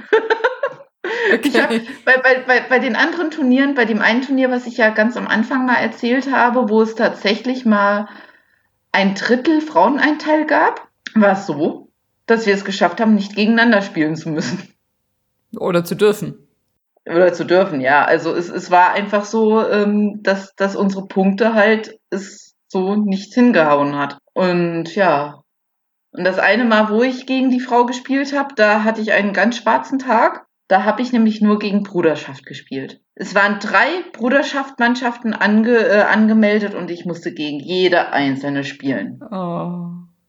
Ich habe Okay. bei den anderen Turnieren, bei dem einen Turnier, was ich ja ganz am Anfang mal erzählt habe, wo es tatsächlich mal ein Drittel Frauenanteil gab, war es so, dass wir es geschafft haben, nicht gegeneinander spielen zu müssen. Oder zu dürfen. Oder zu dürfen, ja. Also es war einfach so, dass unsere Punkte halt es so nicht hingehauen hat. Und ja, und das eine Mal, wo ich gegen die Frau gespielt habe, da hatte ich einen ganz schwarzen Tag. Da habe ich nämlich nur gegen Bruderschaft gespielt. Es waren 3 Bruderschaft-Mannschaften angemeldet und ich musste gegen jede einzelne spielen. Oh.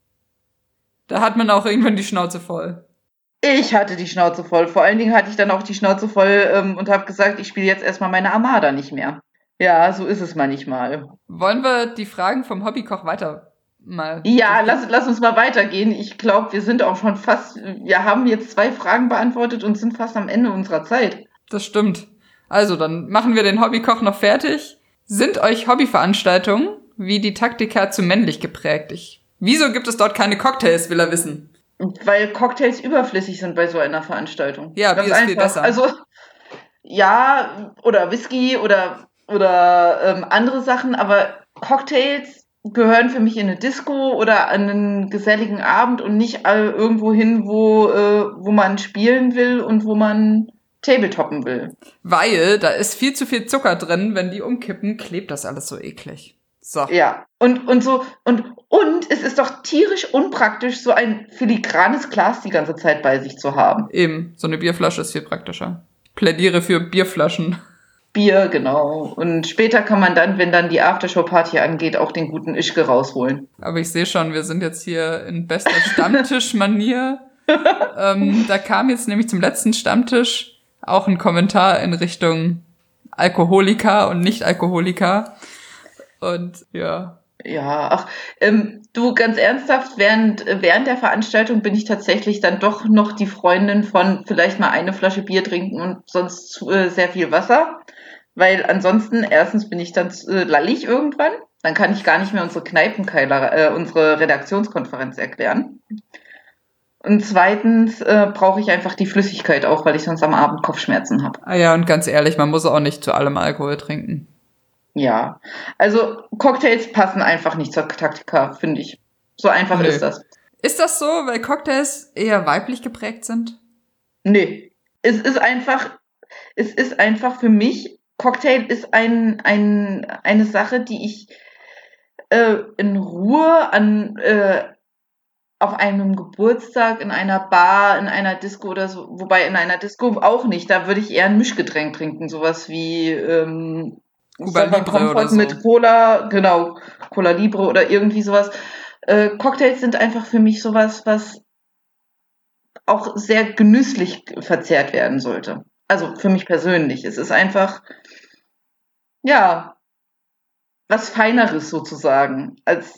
Da hat man auch irgendwann die Schnauze voll. Ich hatte die Schnauze voll. Vor allen Dingen hatte ich dann auch die Schnauze voll und habe gesagt, ich spiele jetzt erstmal meine Armada nicht mehr. Ja, so ist es manchmal. Wollen wir die Fragen vom Hobbykoch weiter mal Ja, durchgehen? lass uns mal weitergehen. Ich glaube, wir haben jetzt 2 Fragen beantwortet und sind fast am Ende unserer Zeit. Das stimmt. Also, dann machen wir den Hobbykoch noch fertig. Sind euch Hobbyveranstaltungen wie die Taktika zu männlich geprägt? Wieso gibt es dort keine Cocktails, will er wissen. Weil Cocktails überflüssig sind bei so einer Veranstaltung. Ja, Ganz Bier ist viel einfach. besser. Also, ja, oder Whisky oder andere Sachen, aber Cocktails gehören für mich in eine Disco oder an einen geselligen Abend und nicht irgendwo hin, wo man spielen will und wo man Tabletoppen will. Weil da ist viel zu viel Zucker drin. Wenn die umkippen, klebt das alles so eklig. So. Ja, und es ist doch tierisch unpraktisch, so ein filigranes Glas die ganze Zeit bei sich zu haben. Eben, so eine Bierflasche ist viel praktischer. Ich plädiere für Bierflaschen. Bier, genau. Und später kann man dann, wenn dann die Aftershow-Party angeht, auch den guten Ischke rausholen. Aber ich sehe schon, wir sind jetzt hier in bester Stammtischmanier. Da kam jetzt nämlich zum letzten Stammtisch auch ein Kommentar in Richtung Alkoholiker und Nicht-Alkoholiker. Und ja. Ja, ach, du, ganz ernsthaft, während der Veranstaltung bin ich tatsächlich dann doch noch die Freundin von vielleicht mal eine Flasche Bier trinken und sonst sehr viel Wasser. Weil ansonsten, erstens bin ich dann lallig irgendwann. Dann kann ich gar nicht mehr unsere Redaktionskonferenz erklären. Und zweitens brauche ich einfach die Flüssigkeit auch, weil ich sonst am Abend Kopfschmerzen habe. Ah ja, und ganz ehrlich, man muss auch nicht zu allem Alkohol trinken. Ja, also Cocktails passen einfach nicht zur Taktika, finde ich. So einfach Nö. ist das. Ist das so, weil Cocktails eher weiblich geprägt sind? Nee, es ist einfach für mich, Cocktail ist eine Sache, die ich in Ruhe auf einem Geburtstag, in einer Bar, in einer Disco oder so, wobei in einer Disco auch nicht, da würde ich eher ein Mischgetränk trinken, sowas wie Cuba Libre Comfort oder so. mit Cola, genau, Cola Libre oder irgendwie sowas. Cocktails sind einfach für mich sowas, was auch sehr genüsslich verzehrt werden sollte. Also für mich persönlich. Es ist einfach, ja, was Feineres sozusagen, als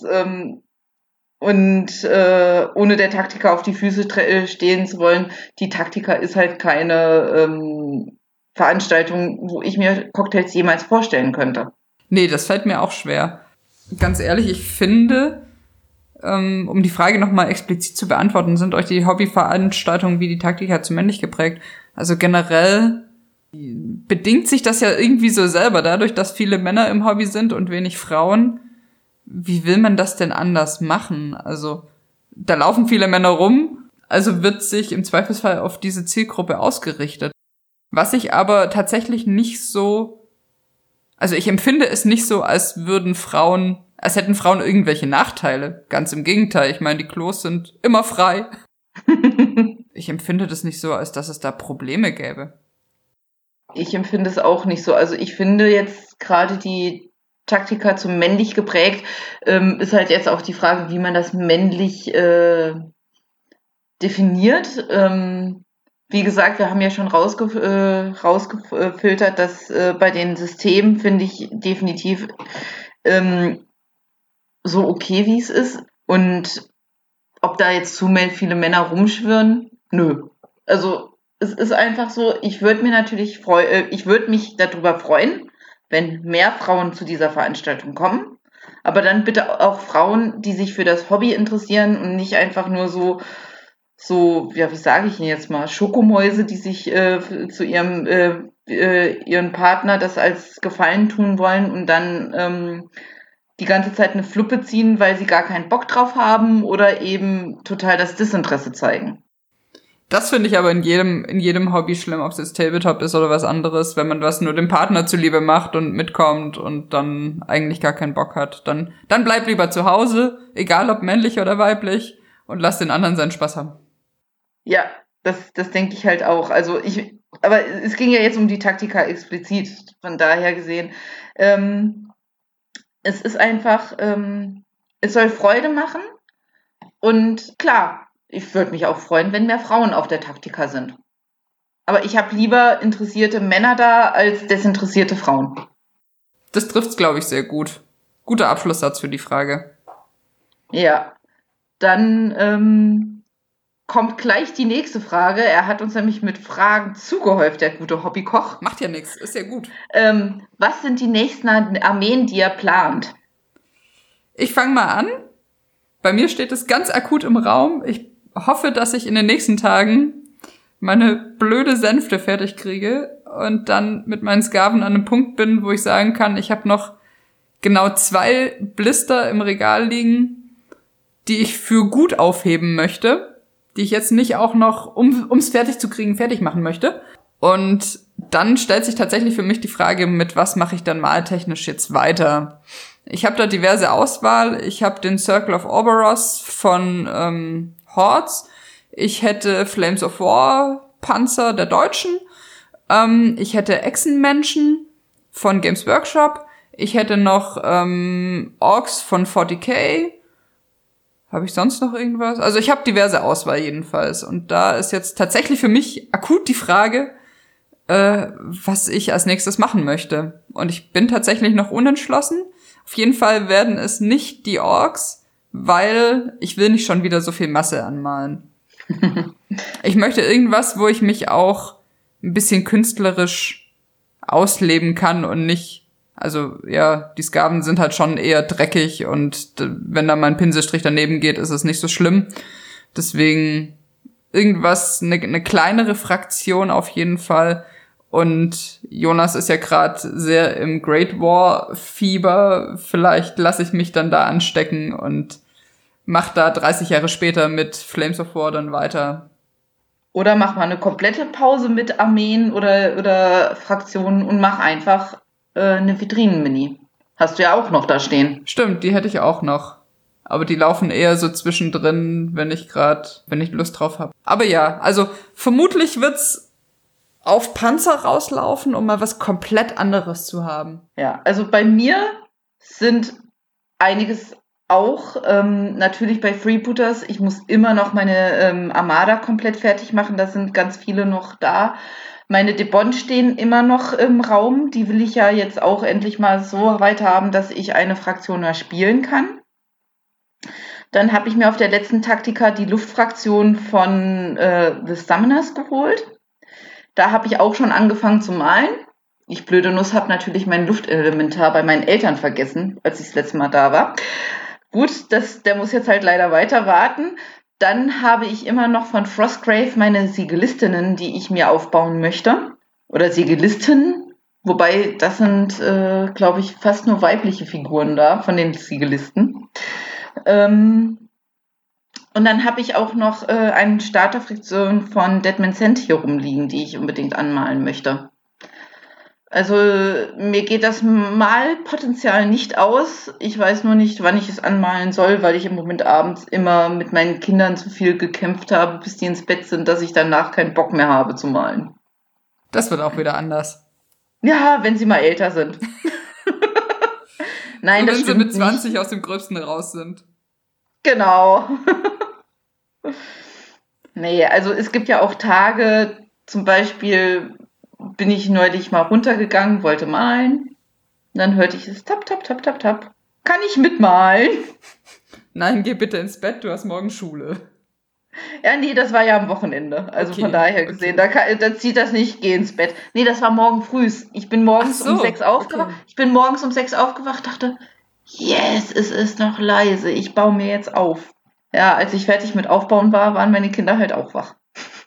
ohne der Taktika auf die Füße stehen zu wollen. Die Taktika ist halt keine Veranstaltung, wo ich mir Cocktails jemals vorstellen könnte. Nee, das fällt mir auch schwer. Ganz ehrlich, ich finde, um die Frage nochmal explizit zu beantworten, sind euch die Hobbyveranstaltungen wie die Taktika zu männlich geprägt? Also generell bedingt sich das ja irgendwie so selber, dadurch, dass viele Männer im Hobby sind und wenig Frauen. Wie will man das denn anders machen? Also, da laufen viele Männer rum, also wird sich im Zweifelsfall auf diese Zielgruppe ausgerichtet. Was ich aber tatsächlich nicht so, also ich empfinde es nicht so, als hätten Frauen irgendwelche Nachteile. Ganz im Gegenteil, ich meine, die Klos sind immer frei. Ich empfinde das nicht so, als dass es da Probleme gäbe. Ich empfinde es auch nicht so. Also ich finde jetzt gerade die Taktika zu männlich geprägt, ist halt jetzt auch die Frage, wie man das männlich definiert. Wie gesagt, wir haben ja schon rausgefiltert, dass bei den Systemen finde ich definitiv so okay, wie es ist. Und ob da jetzt zu viele Männer rumschwirren, nö. Also es ist einfach so, ich würde mich darüber freuen, wenn mehr Frauen zu dieser Veranstaltung kommen. Aber dann bitte auch Frauen, die sich für das Hobby interessieren und nicht einfach nur ja, wie sage ich Ihnen jetzt mal, Schokomäuse, die sich zu ihren Partner das als Gefallen tun wollen und dann die ganze Zeit eine Fluppe ziehen, weil sie gar keinen Bock drauf haben oder eben total das Desinteresse zeigen. Das finde ich aber in jedem Hobby schlimm, ob es jetzt Tabletop ist oder was anderes, wenn man was nur dem Partner zuliebe macht und mitkommt und dann eigentlich gar keinen Bock hat. Dann bleib lieber zu Hause, egal ob männlich oder weiblich, und lass den anderen seinen Spaß haben. Ja, das denke ich halt auch. Aber es ging ja jetzt um die Taktika explizit, von daher gesehen. Es ist einfach, es soll Freude machen und klar, ich würde mich auch freuen, wenn mehr Frauen auf der Taktika sind. Aber ich habe lieber interessierte Männer da als desinteressierte Frauen. Das trifft's, glaube ich, sehr gut. Guter Abschlusssatz für die Frage. Ja, dann kommt gleich die nächste Frage. Er hat uns nämlich mit Fragen zugehäuft, der gute Hobbykoch. Macht ja nichts, ist ja gut. Was sind die nächsten Armeen, die er plant? Ich fange mal an. Bei mir steht es ganz akut im Raum. Ich hoffe, dass ich in den nächsten Tagen meine blöde Sänfte fertig kriege und dann mit meinen Skaven an einem Punkt bin, wo ich sagen kann, ich habe noch genau 2 Blister im Regal liegen, die ich für gut aufheben möchte, die ich jetzt nicht auch noch, um's fertig zu kriegen, fertig machen möchte. Und dann stellt sich tatsächlich für mich die Frage, mit was mache ich dann maltechnisch jetzt weiter? Ich habe da diverse Auswahl. Ich habe den Circle of Orboros von Hordes. Ich hätte Flames of War Panzer der Deutschen. Ich hätte Echsenmenschen von Games Workshop. Ich hätte noch Orks von 40k. Habe ich sonst noch irgendwas? Also ich habe diverse Auswahl jedenfalls. Und da ist jetzt tatsächlich für mich akut die Frage, was ich als nächstes machen möchte. Und ich bin tatsächlich noch unentschlossen. Auf jeden Fall werden es nicht die Orks, weil ich will nicht schon wieder so viel Masse anmalen. Ich möchte irgendwas, wo ich mich auch ein bisschen künstlerisch ausleben kann und nicht, also ja, die Skaven sind halt schon eher dreckig und wenn da mal ein Pinselstrich daneben geht, ist es nicht so schlimm. Deswegen irgendwas, eine kleinere Fraktion auf jeden Fall. Und Jonas ist ja gerade sehr im Great War Fieber. Vielleicht lasse ich mich dann da anstecken und mach da 30 Jahre später mit Flames of War dann weiter. Oder mach mal eine komplette Pause mit Armeen oder Fraktionen und mach einfach eine Vitrinen-Mini. Hast du ja auch noch da stehen. Stimmt, die hätte ich auch noch. Aber die laufen eher so zwischendrin, wenn ich Lust drauf habe. Aber ja, also vermutlich wird's auf Panzer rauslaufen, um mal was komplett anderes zu haben. Ja, also bei mir sind einiges auch, natürlich bei Freebooters, ich muss immer noch meine Armada komplett fertig machen, da sind ganz viele noch da. Meine Debon stehen immer noch im Raum, die will ich ja jetzt auch endlich mal so weit haben, dass ich eine Fraktion mal spielen kann. Dann habe ich mir auf der letzten Taktika die Luftfraktion von The Summoners geholt. Da habe ich auch schon angefangen zu malen. Ich blöde Nuss habe natürlich mein Luftelementar bei meinen Eltern vergessen, als ich das letzte Mal da war. Gut, der muss jetzt halt leider weiter warten. Dann habe ich immer noch von Frostgrave meine Sigilistinnen, die ich mir aufbauen möchte. Oder Sigilistinnen. Wobei, das sind, glaube ich, fast nur weibliche Figuren da von den Sigilisten. Und dann habe ich auch noch eine Starterfraktion von Deadman Sand hier rumliegen, die ich unbedingt anmalen möchte. Also mir geht das Malpotenzial nicht aus. Ich weiß nur nicht, wann ich es anmalen soll, weil ich im Moment abends immer mit meinen Kindern zu viel gekämpft habe, bis die ins Bett sind, dass ich danach keinen Bock mehr habe zu malen. Das wird auch wieder anders. Ja, wenn sie mal älter sind. Nein, so, das wenn sie stimmt mit 20 nicht. aus dem Gröbsten raus sind. Genau. Nee, also es gibt ja auch Tage, zum Beispiel bin ich neulich mal runtergegangen, wollte malen. Dann hörte ich es tap, tap, tap, tap, tap. Kann ich mitmalen? Nein, geh bitte ins Bett, du hast morgen Schule. Ja, nee, das war ja am Wochenende. Also von Okay, daher gesehen, okay. da zieht das nicht, geh ins Bett. Nee, das war morgen früh. Ich bin Ach morgens um 6 so, aufgewacht. okay. Ich bin morgens um 6 aufgewacht, dachte, yes, es ist noch leise. Ich baue mir jetzt auf. Ja, als ich fertig mit Aufbauen war, waren meine Kinder halt auch wach.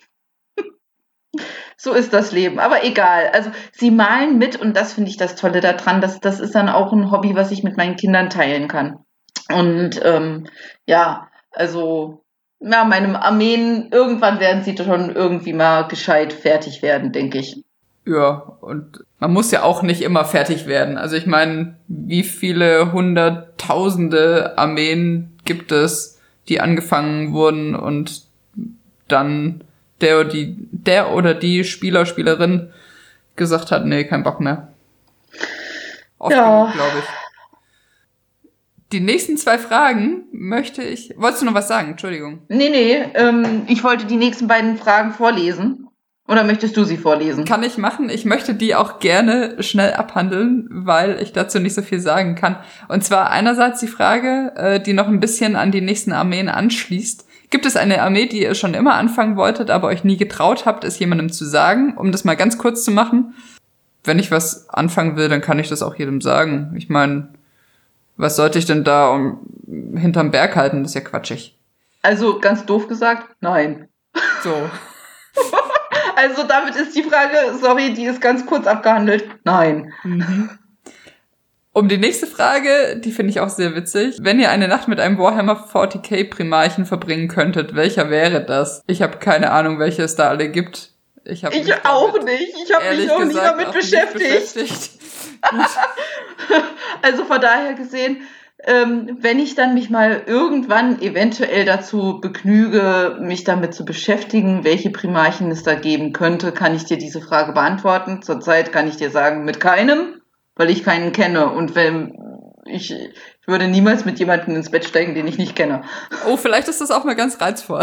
So ist das Leben. Aber egal. Also sie malen mit und das finde ich das Tolle daran. Das ist dann auch ein Hobby, was ich mit meinen Kindern teilen kann. Und ja, also ja, meine Armeen, irgendwann werden sie schon irgendwie mal gescheit fertig werden, denke ich. Ja, und man muss ja auch nicht immer fertig werden. Also ich meine, wie viele hunderttausende Armeen gibt es, die angefangen wurden und dann der oder die Spieler, Spielerin gesagt hat, nee, kein Bock mehr. Oft genug, Ja, glaube ich. Die nächsten 2 Fragen möchte ich... Wolltest du noch was sagen? Entschuldigung. nee, ich wollte die nächsten beiden Fragen vorlesen. Oder möchtest du sie vorlesen? Kann ich machen. Ich möchte die auch gerne schnell abhandeln, weil ich dazu nicht so viel sagen kann. Und zwar einerseits die Frage, die noch ein bisschen an die nächsten Armeen anschließt. Gibt es eine Armee, die ihr schon immer anfangen wolltet, aber euch nie getraut habt, es jemandem zu sagen? Um das mal ganz kurz zu machen. Wenn ich was anfangen will, dann kann ich das auch jedem sagen. Ich meine, was sollte ich denn da hinterm Berg halten? Das ist ja quatschig. Also ganz doof gesagt, nein. So. Also damit ist die Frage, sorry, die ist ganz kurz abgehandelt. Nein. Um die nächste Frage, die finde ich auch sehr witzig. Wenn ihr eine Nacht mit einem Warhammer 40k Primarchen verbringen könntet, welcher wäre das? Ich habe keine Ahnung, welche es da alle gibt. Ich auch nicht. Ich habe mich auch nie damit beschäftigt. Gut. Also von daher gesehen, wenn ich dann mich mal irgendwann eventuell dazu begnüge, mich damit zu beschäftigen, welche Primarchen es da geben könnte, kann ich dir diese Frage beantworten. Zurzeit kann ich dir sagen, mit keinem, weil ich keinen kenne. Und wenn ich würde niemals mit jemandem ins Bett steigen, den ich nicht kenne. Oh, vielleicht ist das auch mal ganz reizvoll.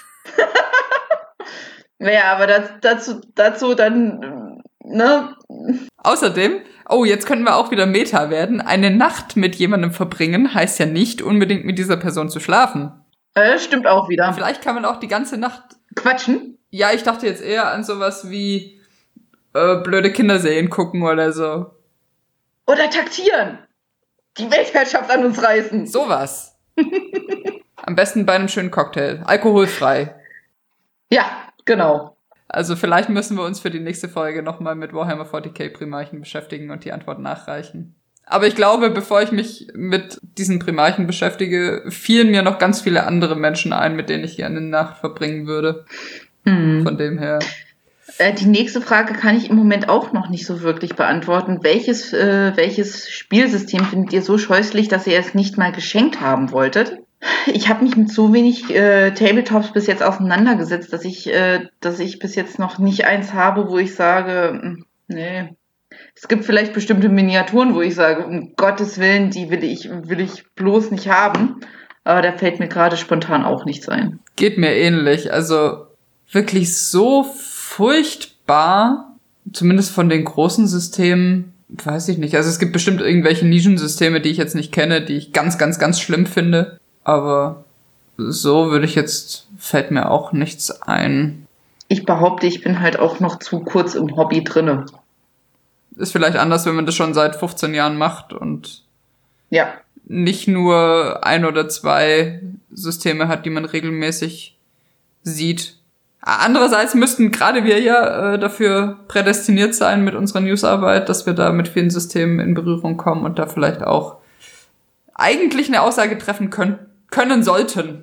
Naja, aber dazu dann, ne? Außerdem, oh, jetzt können wir auch wieder Meta werden. Eine Nacht mit jemandem verbringen heißt ja nicht unbedingt mit dieser Person zu schlafen. Stimmt auch wieder. Vielleicht kann man auch die ganze Nacht... Quatschen? Ja, ich dachte jetzt eher an sowas wie blöde Kinderserien gucken oder so. Oder taktieren. Die Weltherrschaft an uns reißen. Sowas. Am besten bei einem schönen Cocktail. Alkoholfrei. Ja, genau. Also vielleicht müssen wir uns für die nächste Folge nochmal mit Warhammer 40k Primarchen beschäftigen und die Antwort nachreichen. Aber ich glaube, bevor ich mich mit diesen Primarchen beschäftige, fielen mir noch ganz viele andere Menschen ein, mit denen ich hier eine Nacht verbringen würde. Von dem her. Die nächste Frage kann ich im Moment auch noch nicht so wirklich beantworten. Welches Spielsystem findet ihr so scheußlich, dass ihr es nicht mal geschenkt haben wolltet? Ich habe mich mit so wenig Tabletops bis jetzt auseinandergesetzt, dass ich bis jetzt noch nicht eins habe, wo ich sage, nee. Es gibt vielleicht bestimmte Miniaturen, wo ich sage, um Gottes Willen, die will ich bloß nicht haben. Aber da fällt mir gerade spontan auch nichts ein. Geht mir ähnlich. Also wirklich so furchtbar, zumindest von den großen Systemen, weiß ich nicht. Also es gibt bestimmt irgendwelche Nischensysteme, die ich jetzt nicht kenne, die ich ganz, ganz, ganz schlimm finde. Aber so fällt mir auch nichts ein. Ich behaupte, ich bin halt auch noch zu kurz im Hobby drinne. Ist vielleicht anders, wenn man das schon seit 15 Jahren macht und ja, nicht nur 1 oder 2 Systeme hat, die man regelmäßig sieht. Andererseits müssten gerade wir ja dafür prädestiniert sein mit unserer Newsarbeit, dass wir da mit vielen Systemen in Berührung kommen und da vielleicht auch eigentlich eine Aussage treffen können sollten.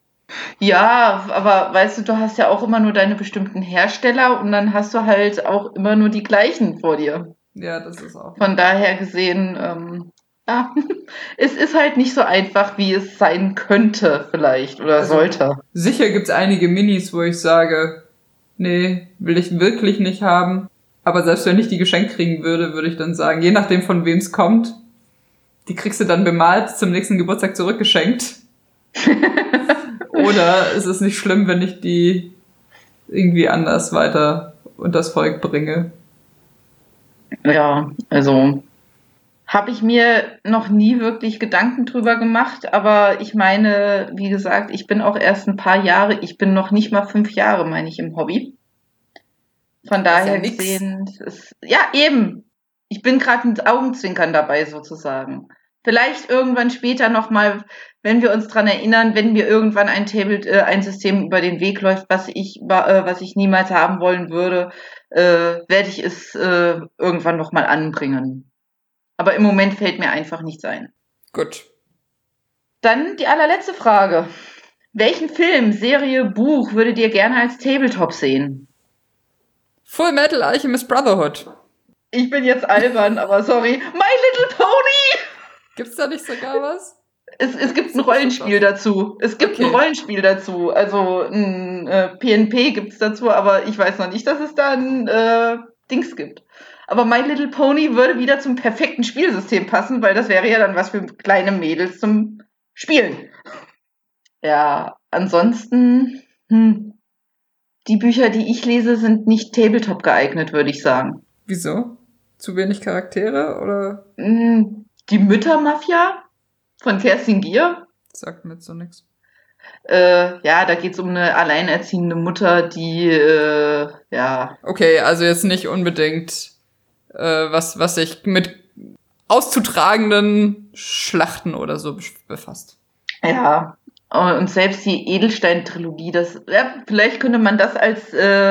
Ja, aber weißt du hast ja auch immer nur deine bestimmten Hersteller und dann hast du halt auch immer nur die gleichen vor dir. Ja, das ist auch. Von daher gesehen, ja, es ist halt nicht so einfach, wie es sein könnte vielleicht oder sollte. Sicher gibt's einige Minis, wo ich sage, nee, will ich wirklich nicht haben. Aber selbst wenn ich die geschenkt kriegen würde, würde ich dann sagen, je nachdem von wem es kommt, die kriegst du dann bemalt zum nächsten Geburtstag zurückgeschenkt. Oder ist es nicht schlimm, wenn ich die irgendwie anders weiter unters Volk bringe? Ja, also habe ich mir noch nie wirklich Gedanken drüber gemacht, aber ich meine, wie gesagt, ich bin auch erst ein paar Jahre, ich bin noch nicht mal 5 Jahre, meine ich, im Hobby. Von daher gesehen, ja eben, ich bin gerade mit Augenzwinkern dabei sozusagen. Vielleicht irgendwann später nochmal, wenn wir uns dran erinnern, wenn mir irgendwann ein System über den Weg läuft, was ich niemals haben wollen würde, werde ich es irgendwann nochmal anbringen. Aber im Moment fällt mir einfach nichts ein. Gut. Dann die allerletzte Frage. Welchen Film, Serie, Buch würdet ihr gerne als Tabletop sehen? Full Metal Alchemist Brotherhood. Ich bin jetzt albern, aber sorry. My Little Pony! Gibt's da nicht sogar was? Es gibt ein Rollenspiel dazu. Ein Rollenspiel dazu. Also ein PNP gibt's dazu, aber ich weiß noch nicht, dass es da ein Dings gibt. Aber My Little Pony würde wieder zum perfekten Spielsystem passen, weil das wäre ja dann was für kleine Mädels zum Spielen. Ja, ansonsten, die Bücher, die ich lese, sind nicht Tabletop geeignet, würde ich sagen. Wieso? Zu wenig Charaktere, oder? Die Müttermafia von Kerstin Gier. Sagt mir jetzt so nichts. Ja, da geht's um eine alleinerziehende Mutter, die, ja. Okay, also jetzt nicht unbedingt was sich mit auszutragenden Schlachten oder so befasst. Ja, und selbst die Edelstein-Trilogie, vielleicht könnte man das als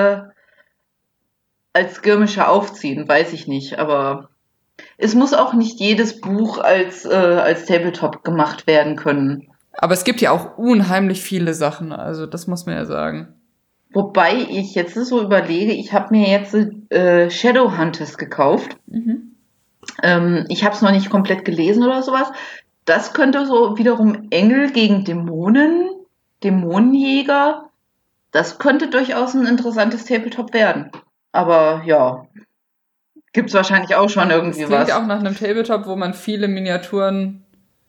Skirmisher aufziehen, weiß ich nicht, aber es muss auch nicht jedes Buch als Tabletop gemacht werden können. Aber es gibt ja auch unheimlich viele Sachen, also das muss man ja sagen. Wobei ich jetzt so überlege, ich habe mir jetzt Shadowhunters gekauft. Mhm. Ich habe es noch nicht komplett gelesen oder sowas. Das könnte so wiederum Engel gegen Dämonen, Dämonenjäger. Das könnte durchaus ein interessantes Tabletop werden. Aber ja, gibt's wahrscheinlich auch schon irgendwie was. Das klingt auch nach einem Tabletop, wo man viele Miniaturen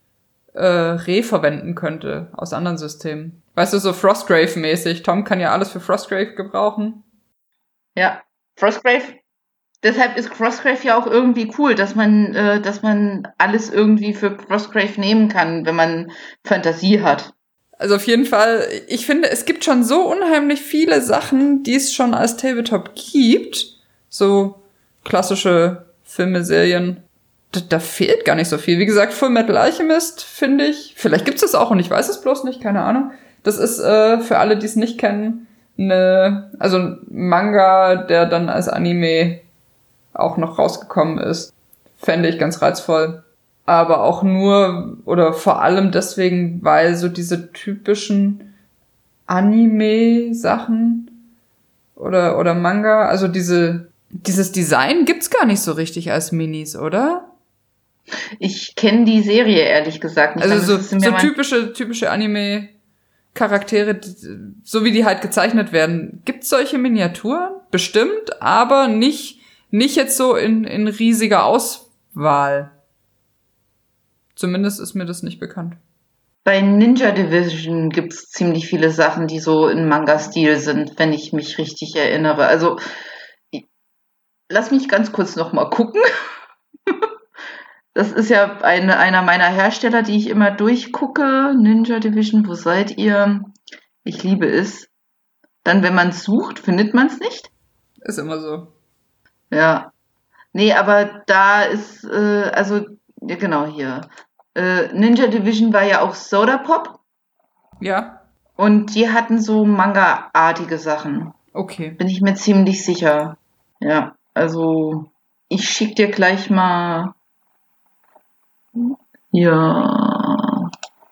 reverwenden könnte aus anderen Systemen. Weißt du, so Frostgrave-mäßig. Tom kann ja alles für Frostgrave gebrauchen. Ja, Frostgrave. Deshalb ist Frostgrave ja auch irgendwie cool, dass man alles irgendwie für Frostgrave nehmen kann, wenn man Fantasie hat. Also auf jeden Fall, ich finde, es gibt schon so unheimlich viele Sachen, die es schon als Tabletop gibt. So klassische Filme, Serien. Da fehlt gar nicht so viel. Wie gesagt, Full Metal Alchemist, finde ich. Vielleicht gibt's das auch und ich weiß es bloß nicht, keine Ahnung. Das ist für alle, die es nicht kennen, ein Manga, der dann als Anime auch noch rausgekommen ist. Fände ich ganz reizvoll. Aber auch nur oder vor allem deswegen, weil so diese typischen Anime-Sachen oder Manga, also dieses Design gibt's gar nicht so richtig als Minis, oder? Ich kenne die Serie ehrlich gesagt nicht. Also so typische Anime-Charaktere, so wie die halt gezeichnet werden. Gibt's solche Miniaturen? Bestimmt, aber nicht jetzt so in riesiger Auswahl. Zumindest ist mir das nicht bekannt. Bei Ninja Division gibt's ziemlich viele Sachen, die so in Manga-Stil sind, wenn ich mich richtig erinnere. Also, lass mich ganz kurz noch mal gucken. Das ist ja einer meiner Hersteller, die ich immer durchgucke. Ninja Division, wo seid ihr? Ich liebe es. Dann, wenn man es sucht, findet man es nicht. Ist immer so. Ja. Nee, aber da ist, ja, genau hier. Ninja Division war ja auch Soda Pop. Ja. Und die hatten so Manga-artige Sachen. Okay. Bin ich mir ziemlich sicher. Ja, also ich schick dir gleich mal hier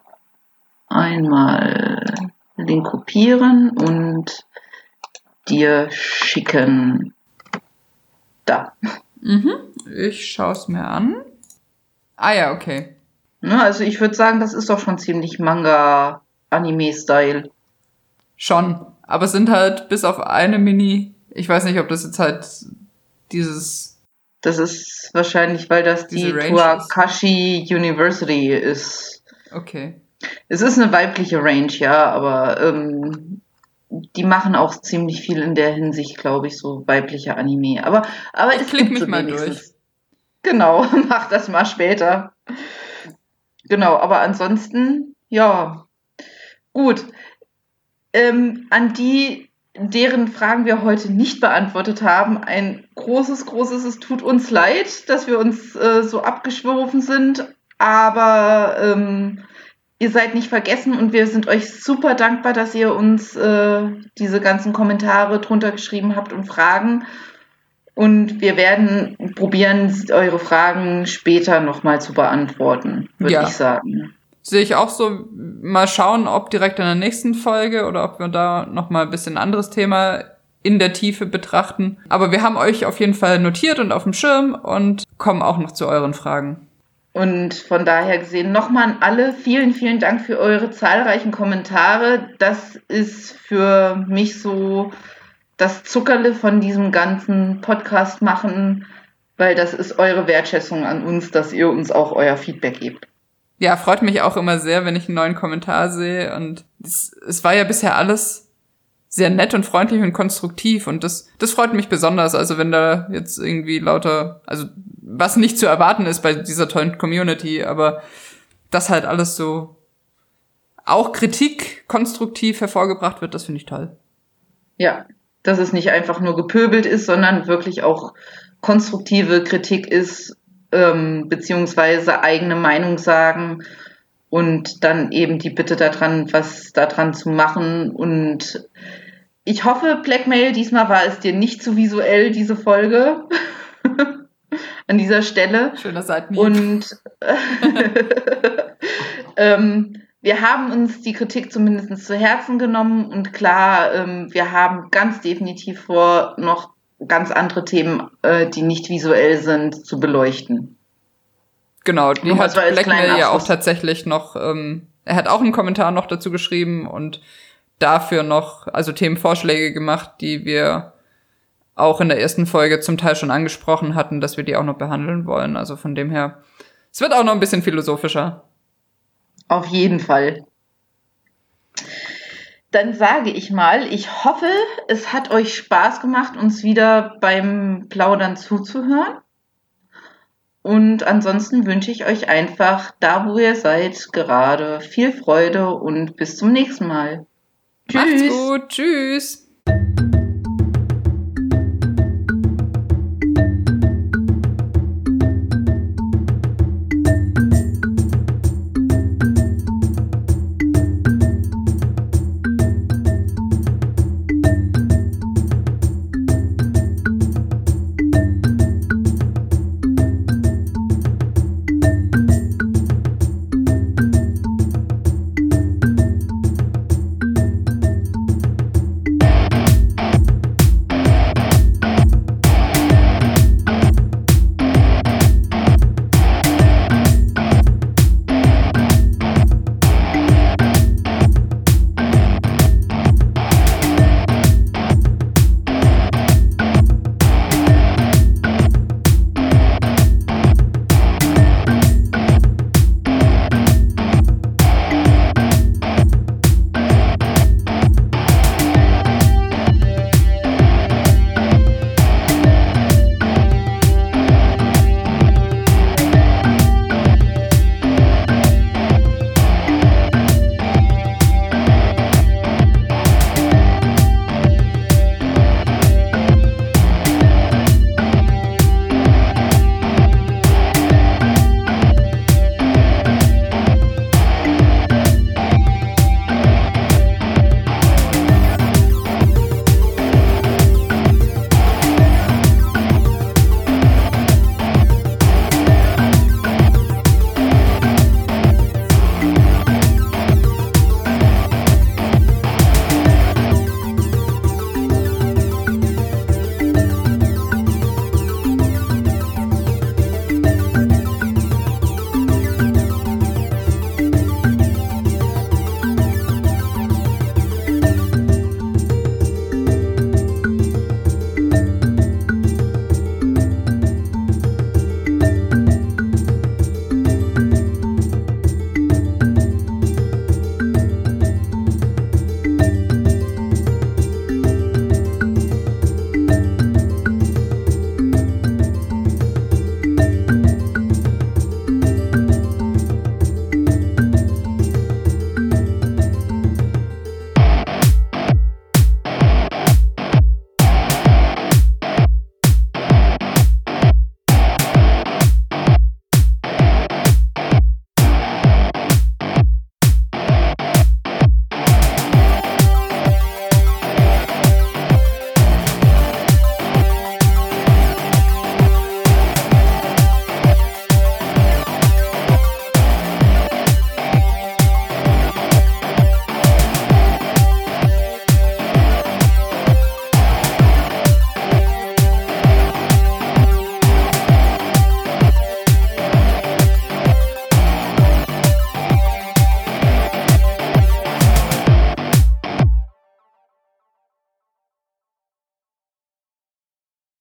einmal Link kopieren und dir schicken. Da. Ich schaue es mir an. Ah ja, okay. Ne, also ich würde sagen, das ist doch schon ziemlich Manga-Anime-Style. Schon, aber es sind halt bis auf eine Mini, ich weiß nicht, ob das jetzt halt Das ist wahrscheinlich, weil das die Toakashi University ist. Okay. Es ist eine weibliche Range, ja, aber die machen auch ziemlich viel in der Hinsicht, glaube ich, so weibliche Anime. Aber ich es gibt mich so mal wenigstens. Durch. Genau, mach das mal später. Genau, aber ansonsten, ja, gut. An die, deren Fragen wir heute nicht beantwortet haben, ein großes, es tut uns leid, dass wir uns so abgeschworfen sind, aber ihr seid nicht vergessen und wir sind euch super dankbar, dass ihr uns diese ganzen Kommentare drunter geschrieben habt und Fragen. Und wir werden probieren, eure Fragen später nochmal zu beantworten, würde ich sagen. Sehe ich auch so. Mal schauen, ob direkt in der nächsten Folge oder ob wir da nochmal ein bisschen anderes Thema in der Tiefe betrachten. Aber wir haben euch auf jeden Fall notiert und auf dem Schirm und kommen auch noch zu euren Fragen. Und von daher gesehen nochmal an alle vielen, vielen Dank für eure zahlreichen Kommentare. Das ist für mich so das Zuckerle von diesem ganzen Podcast machen, weil das ist eure Wertschätzung an uns, dass ihr uns auch euer Feedback gebt. Ja, freut mich auch immer sehr, wenn ich einen neuen Kommentar sehe. Und es war ja bisher alles sehr nett und freundlich und konstruktiv. Und das freut mich besonders. Also wenn da jetzt irgendwie lauter, also was nicht zu erwarten ist bei dieser tollen Community, aber das halt alles so auch Kritik konstruktiv hervorgebracht wird, das finde ich toll. Ja, dass es nicht einfach nur gepöbelt ist, sondern wirklich auch konstruktive Kritik ist, beziehungsweise eigene Meinung sagen und dann eben die Bitte daran, was daran zu machen. Und ich hoffe, Blackmail, diesmal war es dir nicht zu visuell, diese Folge. An dieser Stelle. Schöner Seitenhieb. Und wir haben uns die Kritik zumindest zu Herzen genommen und klar, wir haben ganz definitiv vor, noch ganz andere Themen, die nicht visuell sind, zu beleuchten. Genau, die hat Blackmail ja auch tatsächlich noch, er hat auch einen Kommentar noch dazu geschrieben und dafür noch, also Themenvorschläge gemacht, die wir auch in der ersten Folge zum Teil schon angesprochen hatten, dass wir die auch noch behandeln wollen. Also von dem her, es wird auch noch ein bisschen philosophischer. Auf jeden Fall. Dann sage ich mal, ich hoffe, es hat euch Spaß gemacht, uns wieder beim Plaudern zuzuhören. Und ansonsten wünsche ich euch einfach, da wo ihr seid, gerade viel Freude und bis zum nächsten Mal. Tschüss. Macht's gut. Tschüss.